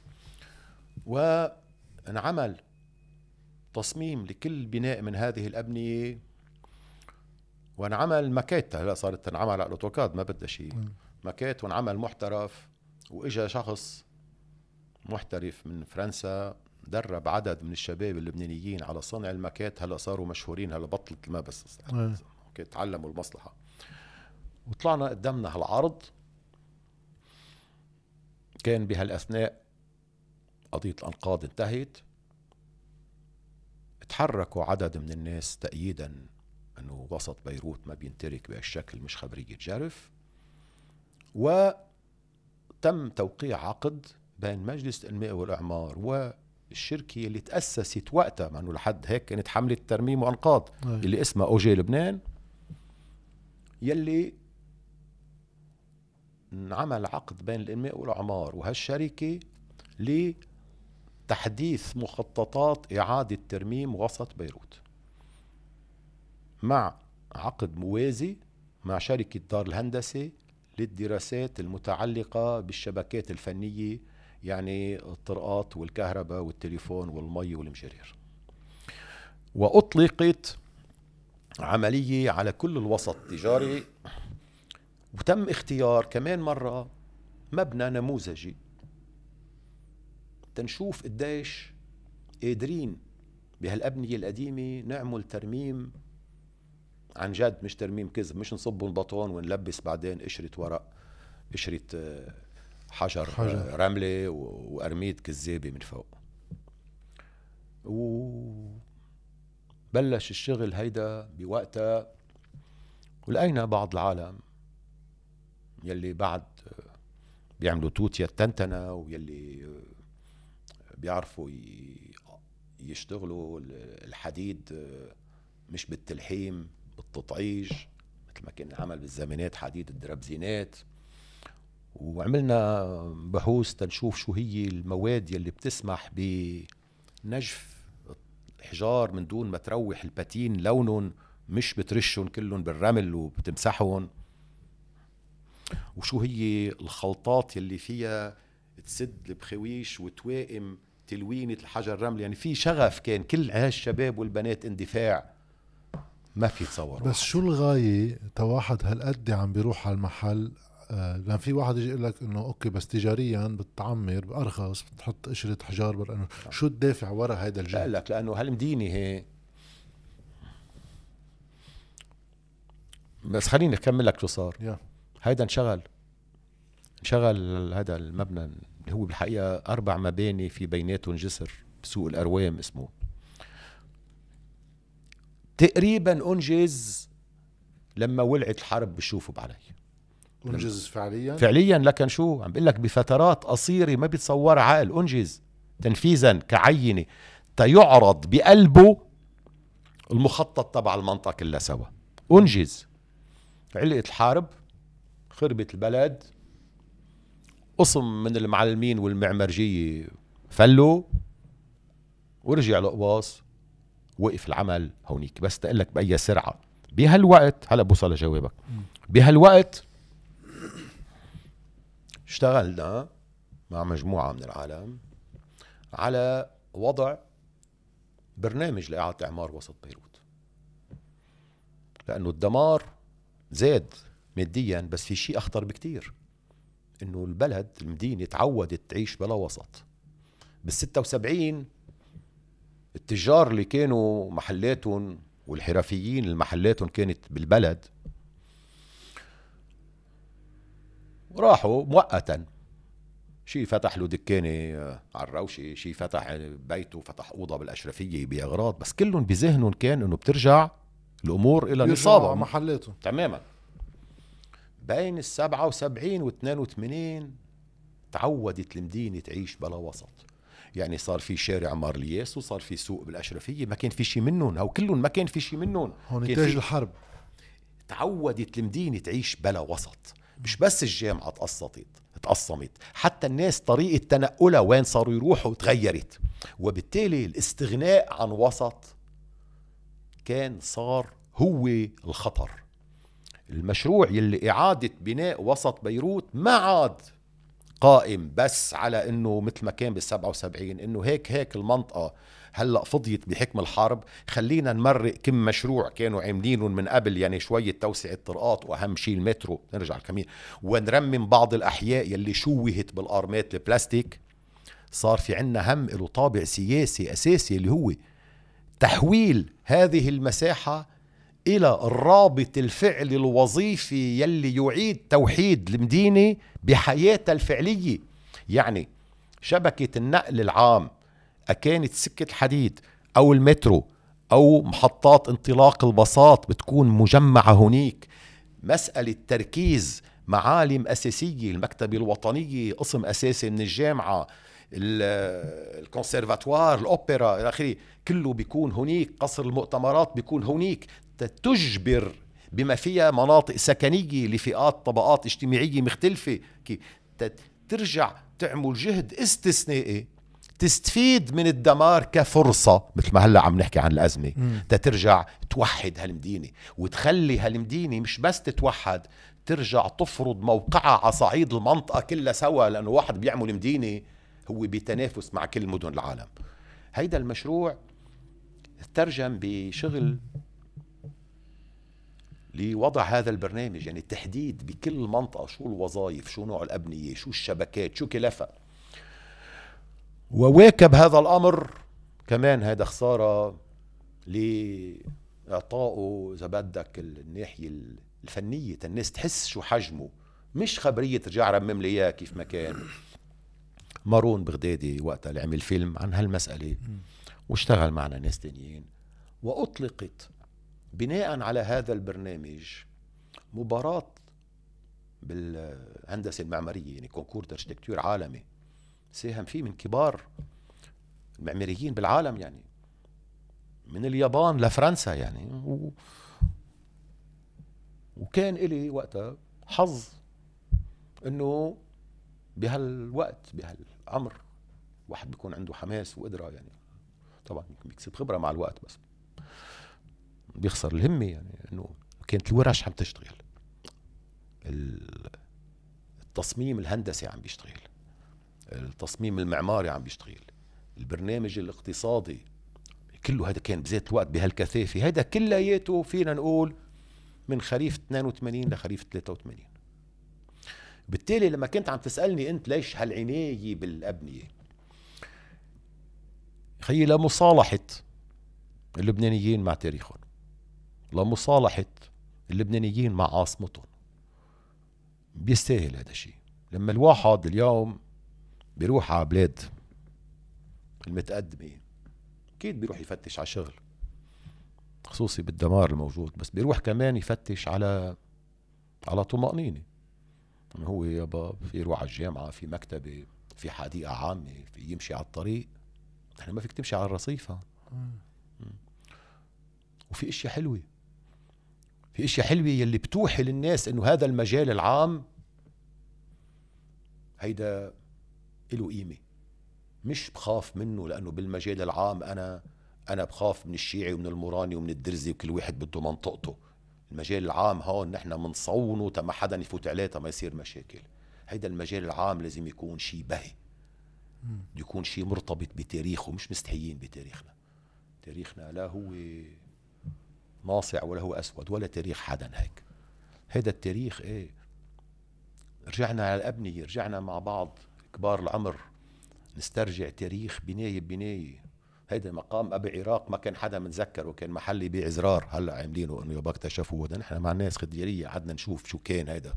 وانعمل تصميم لكل بناء من هذه الأبنية، وانعمل ماكيت. هلا صارت تنعمل على الأوتوكاد ما بدها شيء، ماكيت وانعمل محترف. وإجا شخص محترف من فرنسا درب عدد من الشباب اللبنانيين على صنع الماكيت. هلا صاروا مشهورين، هلا بطلت ما بس تعلموا المصلحة. وطلعنا قدامنا هالعرض. كان بهالأثناء قضية الأنقاض انتهت، تحركوا عدد من الناس تأييدا أنه وسط بيروت ما بينترك بهالشكل، مش خبرية جرف. وتم توقيع عقد بين مجلس الإنماء والإعمار والشركة اللي تأسست وقتها، مع أنه لحد هيك كانت حملة ترميم وأنقاض اللي اسمها أوجي لبنان، يلي انعمل عقد بين الإنماء والإعمار وهالشركة لتحديث مخططات إعادة ترميم وسط بيروت، مع عقد موازي مع شركة دار الهندسة للدراسات المتعلقة بالشبكات الفنية، يعني الطرقات والكهرباء والتليفون والمي والمجرير. وأطلقت عملية على كل الوسط التجاري، وتم اختيار كمان مرة مبنى نموذجي تنشوف قديش قادرين بهالأبنية القديمة نعمل ترميم عن جد، مش ترميم كذب، مش نصبوا البطون ونلبس بعدين قشرة ورق، قشرة حجر, حجر. رملة وأرميد كذابة من فوق. وبلش الشغل هيدا بوقتها، ولقينا بعض العالم يلي بعد بيعملوا توتيا التنتنة ويلي بيعرفوا يشتغلوا الحديد مش بالتلحيم بالتطعيج، مثل ما كان عمل بالزمانات حديد الدرابزينات، وعملنا بحوث تنشوف شو هي المواد يلي بتسمح بنجف حجار من دون ما تروح الباتين لونهم، مش بترشهم كلهم بالرمل وبتمسحهم، وشو هي الخلطات يلي فيها تسد البخويش وتوائم تلوينة الحجر الرمل. يعني في شغف كان كل هالشباب والبنات اندفاع ما في تصور. بس شو الغاية تواحد هالقد عم بيروح على المحل؟ آه لان في واحد يجي يقول لك انه اوكي بس تجاريا بتعمر بارخص بتحط قشرة حجار برقنه، شو الدافع ورا هيدا الجهد؟ بقول لك لانه هالمدينة هي. بس خليني اكمل لك شو صار. yeah. هيدا انشغل انشغل هذا المبنى اللي هو بالحقيقة أربع مباني في بيناتهم جسر بسوق الأروام اسمه، تقريبا أنجز لما ولعت الحرب بشوفوا بعلي. أنجز فعليا؟ فعليا، لكن شو عم بقول لك بفترات قصيرة ما بيتصور عقل. أنجز تنفيذا كعينة تيعرض بقلبه المخطط تبع المنطقة كلها سوا. أنجز، علقت الحرب، خربت البلد، قسم من المعلمين والمعمرجية فلوا، ورجع القواص، وقف العمل هونيك. بس تقلك بأي سرعة بهالوقت، هلأ بوصل لجوابك، بهالوقت اشتغلنا مع مجموعة من العالم على وضع برنامج لإعادة إعمار وسط بيروت، لأنه الدمار زاد ماديا، بس في شيء أخطر بكتير، إنه البلد المدينة تعودت تعيش بلا وسط. بالستة وسبعين التجار اللي كانوا محلاتهم والحرفيين المحلاتهم كانت بالبلد وراحوا مؤقتا، شي فتح له دكانة على الروشة، شي فتح بيته، فتح أوضة بالأشرفية بأغراض، بس كلهم بذهنهم كان إنه بترجع الأمور إلى نصابها محلاتهم تماما. بين السبعة وسبعين واثنين وثمانين تعودت المدينة تعيش بلا وسط. يعني صار في شارع مارلياس وصار في سوق بالأشرفية ما كان في شي منهم، أو كلهم ما كان في شي منهم، هون نتاج الحرب. تعودت المدينة تعيش بلا وسط. مش بس الجامعة تقسطت تقسمت، حتى الناس طريقة تنقلها وين صاروا يروحوا تغيرت، وبالتالي الاستغناء عن وسط كان صار هو الخطر. المشروع يلي إعادة بناء وسط بيروت ما عاد قائم بس على انه مثل ما كان بالسبعة وسبعين انه هيك هيك المنطقة هلأ فضيت بحكم الحرب، خلينا نمرق كم مشروع كانوا عاملينهم من قبل، يعني شوية توسعة طرقات واهم شيء المترو، نرجع الكمين، ونرمم بعض الاحياء يلي شوهت بالارمات البلاستيك. صار في عنا هم له طابع سياسي اساسي اللي هو تحويل هذه المساحة إلى الرابط الفعلي الوظيفي يلي يعيد توحيد المدينة بحياتها الفعلية. يعني شبكة النقل العام، أكانت سكة الحديد أو المترو أو محطات انطلاق الباصات بتكون مجمعة هنيك. مسألة تركيز معالم أساسية، المكتبة الوطنية قسم أساسي من الجامعة، الكونسيرفاتوار، الأوبرا إلى آخره، كله بيكون هنيك. قصر المؤتمرات بيكون هنيك. تجبر بما فيها مناطق سكنية لفئات طبقات اجتماعية مختلفة، ترجع تعمل جهد استثنائي تستفيد من الدمار كفرصة، مثل ما هلأ عم نحكي عن الأزمة، تترجع توحد هالمدينة وتخلي هالمدينة مش بس تتوحد، ترجع تفرض موقعها على صعيد المنطقة كلها سوا، لأنه واحد بيعمل مدينة هو بتنافس مع كل مدن العالم. هيدا المشروع ترجم بشغل لوضع هذا البرنامج، يعني التحديد بكل منطقة شو الوظائف، شو نوع الأبنية، شو الشبكات، شو كلفها. وواكب هذا الأمر كمان هذا خسارة لإعطائه إذا بدك الناحية الفنية، الناس تحس شو حجمه، مش خبرية ترجع رمم لي إياه كيف ما كان. مارون بغدادي وقتها اللي عمل فيلم عن هالمسألة واشتغل معنا ناس تانيين، وأطلقت بناء على هذا البرنامج مباراة بالهندسة المعمارية، يعني كونكور دارشتكتور عالمي ساهم فيه من كبار المعماريين بالعالم، يعني من اليابان لفرنسا يعني و... وكان إلي وقتها حظ انه بهالوقت بهالعمر واحد بيكون عنده حماس وقدرة، يعني طبعا بيكسب خبرة مع الوقت بس بيخسر الهمة، يعني انه كانت الورش عم تشتغل، التصميم الهندسي عم بيشتغل، التصميم المعماري عم بيشتغل، البرنامج الاقتصادي، كله هذا كان بذات الوقت بهالكثافة. هذا كلياته فينا نقول من خريف اثنين وثمانين لخريف ثلاثة وثمانين. بالتالي لما كنت عم تسألني انت ليش هالعناية بالأبنية، خيي لمصالحة اللبنانيين مع تاريخهم، لمصالحة اللبنانيين مع عاصمتهم، بيستاهل هذا الشيء. لما الواحد اليوم بيروح على بلاد المتقدمة اكيد بيروح يفتش على شغل خصوصي بالدمار الموجود، بس بيروح كمان يفتش على على طمأنينة. هو يابا في يروح على الجامعة، في مكتبة، في حديقة عامة، في يمشي على الطريق. احنا ما فيك تمشي على الرصيفة. وفي اشياء حلوة، في اشياء حلوة يلي بتوحي للناس انه هذا المجال العام هيدا له قيمة. مش بخاف منه لانه بالمجال العام انا انا بخاف من الشيعي ومن الموراني ومن الدرزي وكل واحد بده منطقته. المجال العام هون نحن منصونه تا ما حدا يفوت عليه تا ما يصير مشاكل. هيدا المجال العام لازم يكون شيء بهي، بده يكون شيء مرتبط بتاريخه، مش مستحيين بتاريخنا. تاريخنا لا هو ناصع ولا هو اسود ولا تاريخ حدا هيك. هيدا التاريخ ايه، رجعنا على الابنية، رجعنا مع بعض كبار العمر نسترجع تاريخ بناية بناية. هيدا مقام ابي عراق ما كان حدا متذكره، كان محل يبيع زرار هلا عاملينه انه يابا اكتشفوه. ده نحن مع الناس خديريه قعدنا نشوف شو كان هيدا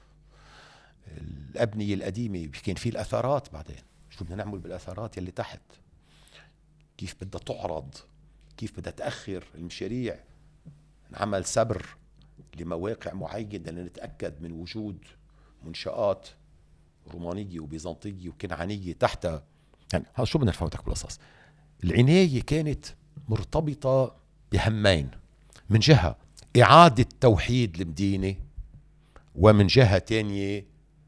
الابنيه القديمه. كان في الاثارات، بعدين شو بدنا نعمل بالاثارات يلي تحت، كيف بدها تعرض، كيف بدها تاخر المشاريع، نعمل سبر لمواقع معينه لنتاكد من وجود منشآت رومانيه وبيزنطيه وكنعانيه تحتها. يعني هذا شو بدنا نفوتك بالقصص. العناية كانت مرتبطة بهمين، من جهة إعادة توحيد المدينة، ومن جهة تانية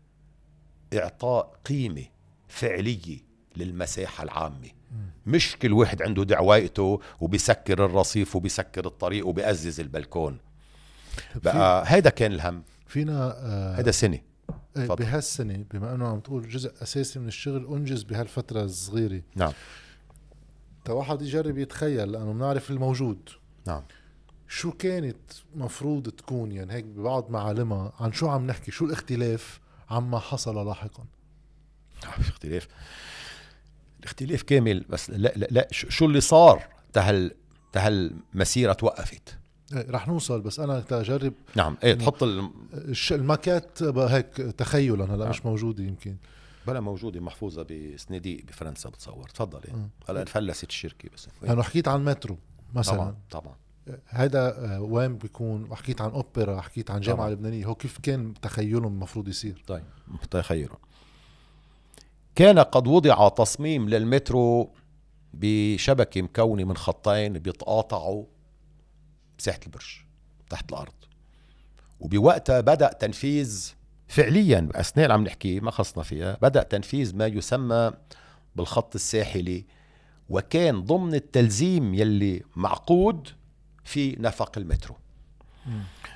إعطاء قيمة فعلية للمساحة العامة. مش كل واحد عنده دعوايته وبيسكر الرصيف وبيسكر الطريق وبيأزز البلكون. بقى هيدا كان الهم فينا آه هيدا سنة بهالسنة، بما أنه عم تقول جزء أساسي من الشغل أنجز بهالفترة الصغيرة. نعم. تا واحد يجرب يتخيل، لأنه بنعرف الموجود. نعم. شو كانت مفروض تكون يعني هيك ببعض معالمها، عن شو عم نحكي، شو الاختلاف عما حصل لاحقا؟ في اختلاف، الاختلاف كامل. بس لا لا, لا شو اللي صار تهل تهالمسيرة توقفت؟ رح نوصل، بس أنا تجرب. نعم. ايه تحط الماكات هيك تخيلا هلا. نعم. مش موجودة يمكن، بلا موجودة، محفوظة بسناديق بفرنسا بتصور. تفضل. يعني هلا فلست الشركة. بس أنا حكيت عن مترو مثلا. طبعا طبعا. هذا وين بيكون؟ وحكيت عن أوبرا، حكيت عن جامعة طبعا. لبنانية. هو كيف كان تخيلهم المفروض يصير؟ طيب تخيلهم كان قد وضع تصميم للمترو بشبكة مكونة من خطين بيتقاطعوا بساحة البرج تحت الأرض، وبوقتها بدأ تنفيذ فعليا أثناء عم نحكي ما خصنا فيها، بدأ تنفيذ ما يسمى بالخط الساحلي، وكان ضمن التلزيم يلي معقود في نفق المترو. م.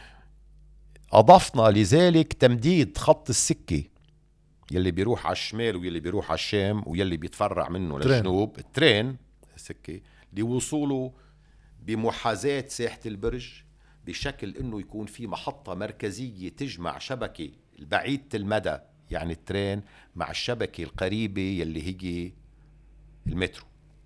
أضفنا لذلك تمديد خط السكة يلي بيروح على الشمال ويلي بيروح على الشام ويلي بيتفرع منه ترين. للجنوب، الترين السكة، لوصوله بمحاذاة ساحة البرج، بشكل انه يكون في محطة مركزية تجمع شبكة البعيدة المدى يعني الترين مع الشبكة القريبة يلي هي المترو.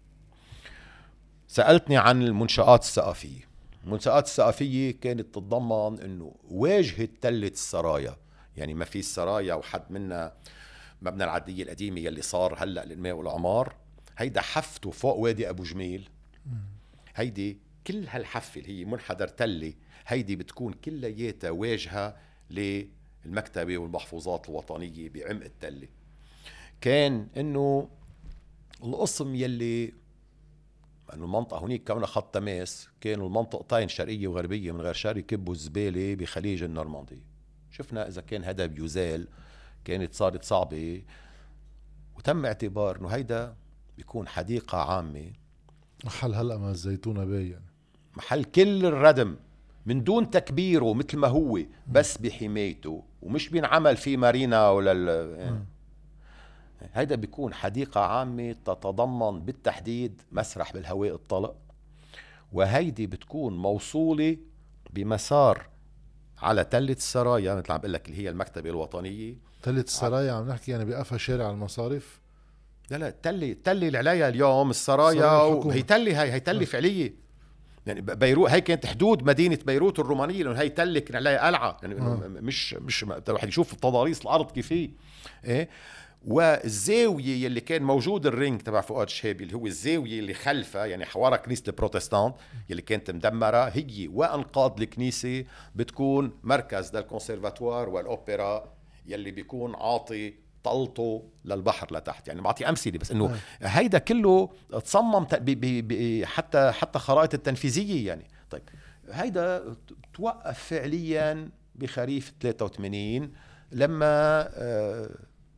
سألتني عن المنشآت الثقافية. المنشآت الثقافية كانت تتضمن انه واجهة تلة السرايا، يعني ما في السرايا وحد منا مبنى العدلية القديمة يلي صار هلأ للماء والأعمار، هيدا حفته فوق وادي أبو جميل. هيدي كل هالحفة اللي هي منحدر تلة، هيدي بتكون كلياتها واجهة للمكتبة والمحفوظات الوطنية بعمق التلة. كان انه القسم يلي لأنه المنطقة هنيك كونها خط تماس، كانوا المنطقتين شرقية وغربية من غير شر يكبوا الزبالة بخليج النورماندي. شفنا إذا كان هذا بيزال كانت صارت صعبة، وتم اعتبار إنه هيدا بيكون حديقة عامة محل هلأ ما الزيتونة باين يعني. محل كل الردم من دون تكبيره مثل ما هو، بس بحمايته، ومش بينعمل فيه مارينا ولا ال... هيدا بيكون حديقة عامة تتضمن بالتحديد مسرح بالهواء الطلق، وهيدي بتكون موصولة بمسار على تلة السرايا مثل عم بقول لك اللي هي المكتبة الوطنية. تلة السرايا عم نحكي يعني بقفها شارع المصارف. لا لا التلة التلة اللي عليها اليوم السرايا، وهي تلة، هي هي تلة فعلية يعني. بيروت هي كانت حدود مدينة بيروت الرومانية، لأنه هي تلة كان عليها قلعة يعني. آه. مش مش الواحد يشوف تضاريس الأرض كيف هي إيه. والزاوية اللي كان موجود الرينج تبع فؤاد شهابي اللي هو الزاوية اللي خلفها يعني حوارها كنيسة البروتستانت اللي كانت مدمرة، هي وأنقاض الكنيسة بتكون مركز للكونسيرفاتوار والأوبرا يلي بيكون عاطي طلته للبحر لتحت. يعني بعطي أمثلة بس إنه هيدا كله تصمم بي بي بي حتى حتى خرائط التنفيذية يعني. طيب هيدا توقف فعليا بخريف ثلاثة وثمانين لما آه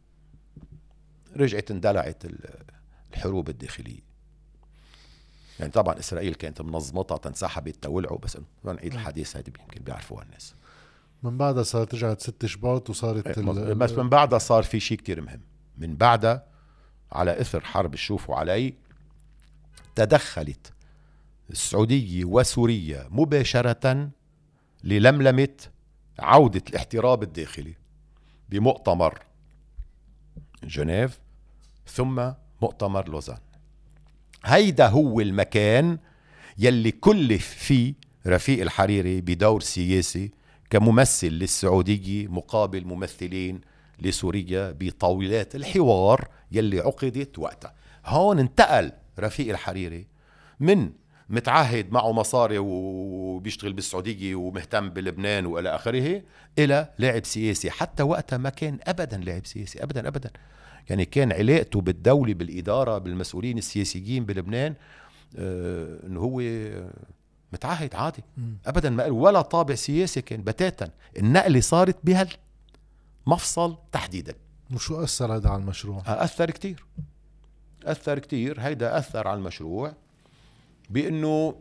رجعت اندلعت الحروب الداخلية. يعني طبعا إسرائيل كانت منظمتها تنسحبت تولعوا، بس نعيد الحديث هيدا يمكن بيعرفوها الناس. من بعدها صارت رجعت ست شباط وصارت ال... بس من بعدها صار في شيء كتير مهم. من بعدها على إثر حرب الشوفوا علي تدخلت السعودية وسوريا مباشرة للملمة عودة الاحتراب الداخلي بمؤتمر جنيف ثم مؤتمر لوزان. هيدا هو المكان يلي كلف فيه رفيق الحريري بدور سياسي كممثل للسعودية مقابل ممثلين لسوريا بطاولات الحوار يلي عقدت وقتها. هون انتقل رفيق الحريري من متعهد معه مصاري وبيشتغل بالسعودية ومهتم بلبنان وإلى آخره إلى لاعب سياسي. حتى وقتها ما كان أبدا لاعب سياسي أبدا أبدا. يعني كان علاقته بالدولة بالإدارة بالمسؤولين السياسيين بلبنان آه إنه هو متعهد عادي أبدا، ما ولا طابع سياسي كان بتاتا. النقلة صارت بهالمفصل تحديدا. وشو أثر هذا على المشروع؟ أثر كتير أثر كتير. هيدا أثر على المشروع بأنه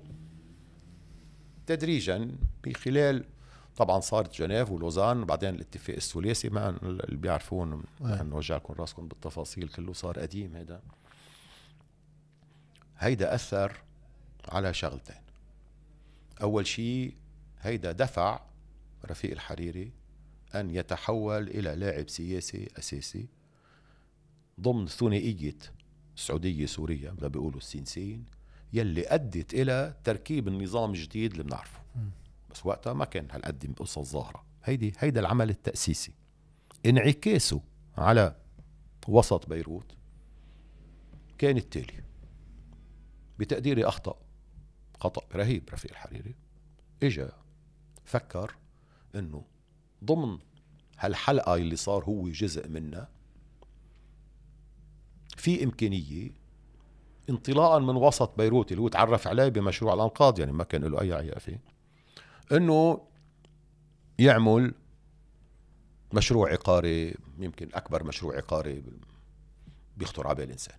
تدريجا بخلال طبعا صارت جنيف ولوزان وبعدين الاتفاق الثلاثي، ما اللي بيعرفون نوجع لكم راسكم بالتفاصيل كله صار قديم. هيدا هيدا أثر على شغلتين. أول شيء هيدا دفع رفيق الحريري أن يتحول إلى لاعب سياسي أساسي ضمن ثنائية السعودية سوريا ما بيقولوا السينسين يلي أدت إلى تركيب النظام الجديد اللي بنعرفه. بس وقتها ما كان هالقد قصة ظاهرة. هيدي هيدا العمل التأسيسي. انعكاسه على وسط بيروت كان التالي. بتقديري أخطأ خطأ رهيب رفيق الحريري. إجا فكر إنه ضمن هالحلقة اللي صار هو جزء منها في إمكانية انطلاقا من وسط بيروت اللي هو تعرف عليه بمشروع الأنقاض، يعني ما كان له أي عياء فيه، إنه يعمل مشروع عقاري يمكن أكبر مشروع عقاري بيخطر على بال الإنسان.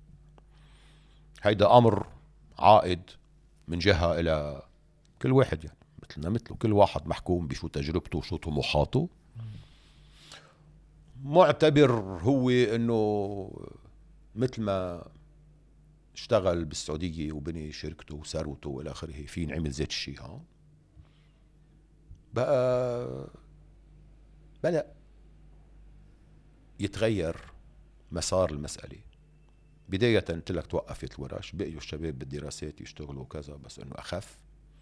هيدا أمر عائد من جهة إلى كل واحد، يعني مثلنا مثله، كل واحد محكوم بشو تجربته وشو طموحاته. معتبر هو إنه مثل ما اشتغل بالسعودية وبني شركته وثروته والى اخره في نعمل ذات الشيء. ها بقى بدأ يتغير مسار المسألة. بداية قلت لك توقفت الورش، بقيوا الشباب بالدراسات يشتغلوا كذا، بس انه اخف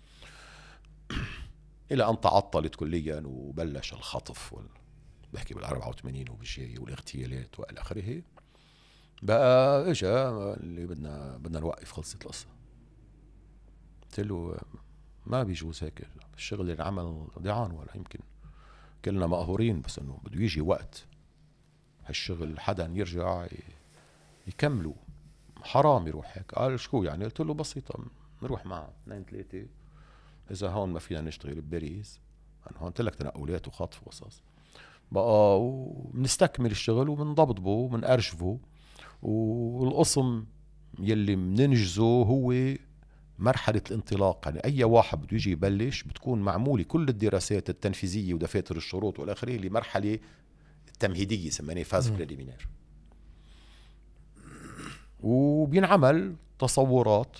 الى ان تعطلت كليا وبلش الخطف وال... بحكي بالأربعة وثمانين وبالجاي والاغتيالات والى اخره. بقى اجا اللي بدنا بدنا نوقف، خلصت القصه. قلت له ما بيجوز هيك الشغل اللي انعمل ضيعان، ولا يمكن كلنا مقهورين، بس انه بده يجي وقت هالشغل حدا يرجع يكملوا حرام يروح هيك. قال شكو يعني؟ قلت له بسيطة، نروح مع اثنين ثلاثة، إذا هون ما فينا نشتغل بباريس، أنا هون قلت لك تنقلات وخطف وقصص بقى، وبنستكمل الشغل وبنضبطبه وبنأرشفه، والقسم يلي بننجزه هو مرحلة الانطلاق. يعني أي واحد بده يجي يبلش بتكون معمولة كل الدراسات التنفيذية ودفاتر الشروط والآخره لمرحلة التمهيدية سميناها فاز بريليمينير، وبينعمل تصورات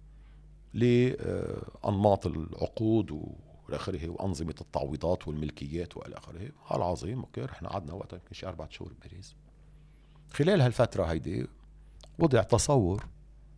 لأنماط العقود والآخره وأنظمة التعويضات والملكيات والى اخره. هالعظيم اوكي، رحنا قعدنا وقتها يمكن شي أربعة شهور بباريس. خلال هالفترة هيدي وضع تصور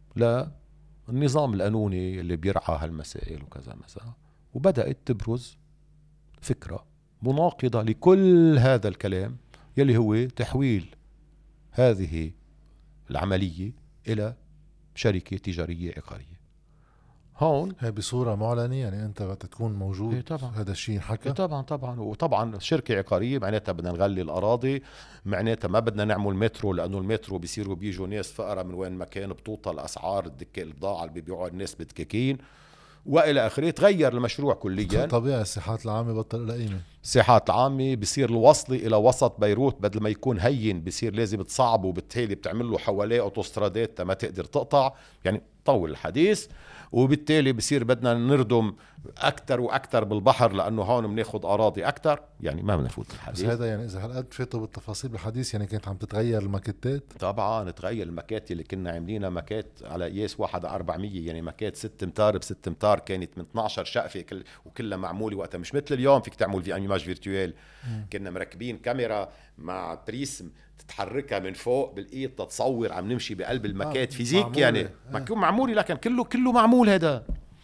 للنظام القانوني اللي بيرعى هالمسائل وكذا مثلا، وبدأت تبرز فكرة مناقضة لكل هذا الكلام يلي هو تحويل هذه العملية إلى شركة تجارية عقارية. هون هي بصورة معلنة، يعني انت تكون موجود. إيه طبعا. هذا الشيء حكى. إيه طبعا طبعا. وطبعا شركة عقارية معناتها بدنا نغلي الأراضي، معناتها ما بدنا نعمل مترو، لأنه المترو بيصيروا بيجوا ناس فقراء من وين ما كان، بتوطى الأسعار الدكة البضاعة اللي بيبيعوها الناس بدكاكين والى اخره. تغير المشروع كليا. طبيعي الساحات العامة بطل لها قيمة. الساحات العامة بصير الوصل الى وسط بيروت بدل ما يكون هين بصير لازم تصعبه، وبالتالي بتعمل له حواليه اوتوسترادات ما تقدر تقطع، يعني طول الحديث. وبالتالي بصير بدنا نردم اكثر واكثر بالبحر لانه هون بناخذ اراضي اكثر، يعني ما بنفوت الحديث. بس هذا يعني اذا هالقد فاتوا بالتفاصيل بالحديث، يعني كانت عم تتغير الماكيتات. طبعا تغير الماكات اللي كنا عاملينها ماكات على قياس واحد على أربعمية، يعني ماكات ست امتار بست امتار، كانت من اثنعش شقفه كل وكلها معموله وقتها، مش مثل اليوم فيك تعمل في ايماج فيرتوال. كنا مركبين كاميرا مع بريسم تتحركها من فوق بالايد تتصور عم نمشي بقلب الماكات. آه فيزيك معمولة. يعني ما كان معمولي، لكن كله كله معمول. هذا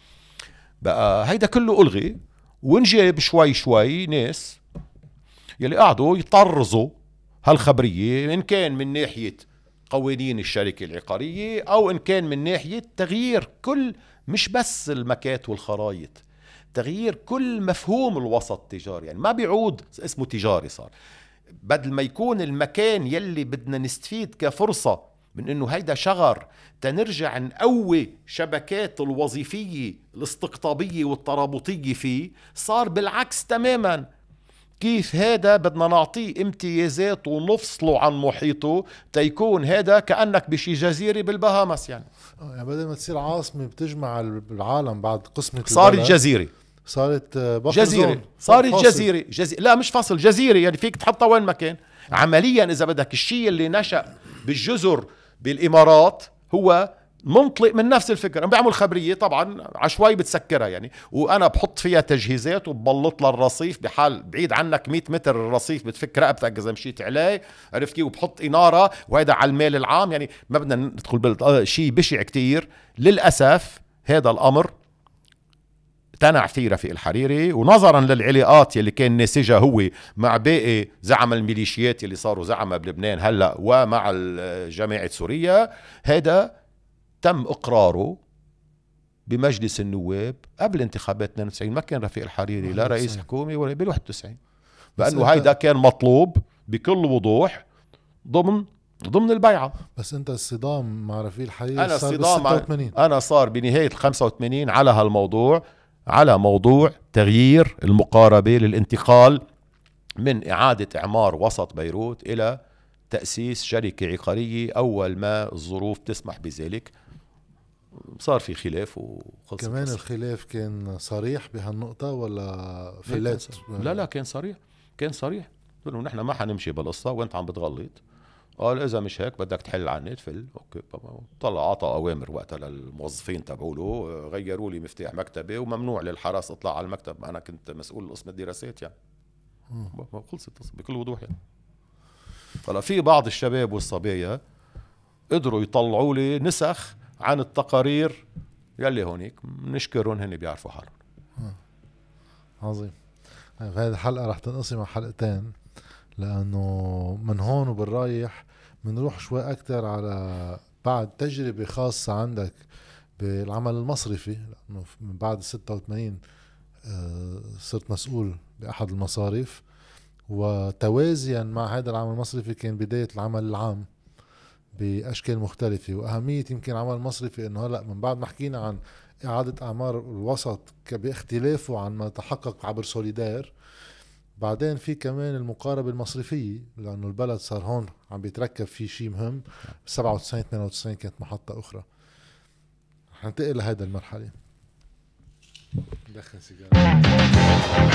بقى هيدا كله ألغي، ونجيب شوي شوي ناس يلي قعدوا يطرزوا هالخبرية، إن كان من ناحية قوانين الشركة العقارية أو إن كان من ناحية تغيير كل، مش بس المكات والخرايط، تغيير كل مفهوم الوسط التجاري. يعني ما بيعود اسمه تجاري، صار بدل ما يكون المكان يلي بدنا نستفيد كفرصة من انه هيدا شغر تنرجع نقوي شبكات الوظيفية الاستقطابية والترابطية فيه، صار بالعكس تماما. كيف هذا بدنا نعطيه امتيازات ونفصله عن محيطه تيكون هذا كأنك بشي جزيرة بالبهامس. يعني يعني بدل ما تصير عاصمة بتجمع العالم بعد قسمة صارت جزيرة، صارت جزيرة، صارت جزيرة. جزيرة لا مش فصل، جزيرة. يعني فيك تحطها وين ما كان. عمليا إذا بدك الشيء اللي نشأ بالجزر بالإمارات هو منطلق من نفس الفكرة. بيعمل خبرية طبعا عشوائي بتسكرها يعني، وأنا بحط فيها تجهيزات وببلط لها الرصيف بحال بعيد عنك مئة متر الرصيف بتفك رقبتك إذا مشيت عليه، عرفت كيف؟ وبحط إنارة، وهذا على المال العام. يعني ما بدنا ندخل بالشيء بشع كتير. للأسف هذا الأمر تنع فيه رفيق الحريري، ونظرا للعلاقات يلي كان ناسجها هو مع باقي زعم الميليشيات اللي صاروا زعمة بلبنان هلأ ومع جماعة سوريا، هذا تم إقراره بمجلس النواب قبل انتخابات اثنين وتسعين. ما كان رفيق الحريري لا رئيس حكومة ولا بال واحد وتسعين، بأنه هيدا كان مطلوب بكل وضوح ضمن ضمن البيعة. بس انت الصدام مع رفيق الحريري أنا صار الصدام بال ستة وثمانين. أنا صار بنهاية الخمسة وثمانين على هالموضوع، على موضوع تغيير المقاربة للانتقال من إعادة إعمار وسط بيروت إلى تأسيس شركة عقارية أول ما الظروف تسمح بذلك. صار في خلاف وخلص. كمان الخلاف كان صريح بهالنقطة ولا فلات؟ لا لا كان صريح، كان صريح. قلنا نحن ما حنمشي بالقصة وانت عم بتغلط. قال إذا مش هيك بدك تحل عن النت فل. أوكي طلع عطى أوامر وقتها للموظفين تبعوله، غيروا لي مفتاح مكتبي وممنوع للحرس اطلع على المكتب. أنا كنت مسؤول قسم الدراسات يعني. ما خلصت بكل وضوح يعني. فلا في بعض الشباب والصبايا قدروا يطلعوا لي نسخ عن التقارير يلي هونيك، نشكرهم هن بيعرفوا حالهم. عظيم. هذه الحلقة رح تنقسم على حلقتين، لأنه من هون وبالرايح منروح شوي أكتر على بعد تجربة خاصة عندك بالعمل المصرفي، لأنه من بعد ستة وثمانين صرت مسؤول بأحد المصارف، وتوازيا مع هذا العمل المصرفي كان بداية العمل العام بأشكال مختلفة. وأهمية يمكن عمل مصرفي إنه هلأ من بعد ما حكينا عن إعادة أعمار الوسط باختلافه عن ما تحقق عبر سوليدار، بعدين في كمان المقاربة المصرفية، لأنه البلد صار هون عم بيتركب فيه شيء مهم. سبعة وتسعين ثمانية وتسعين كانت محطة أخرى. رح ننتقل لهيدا المرحلة. دخن سيجارة.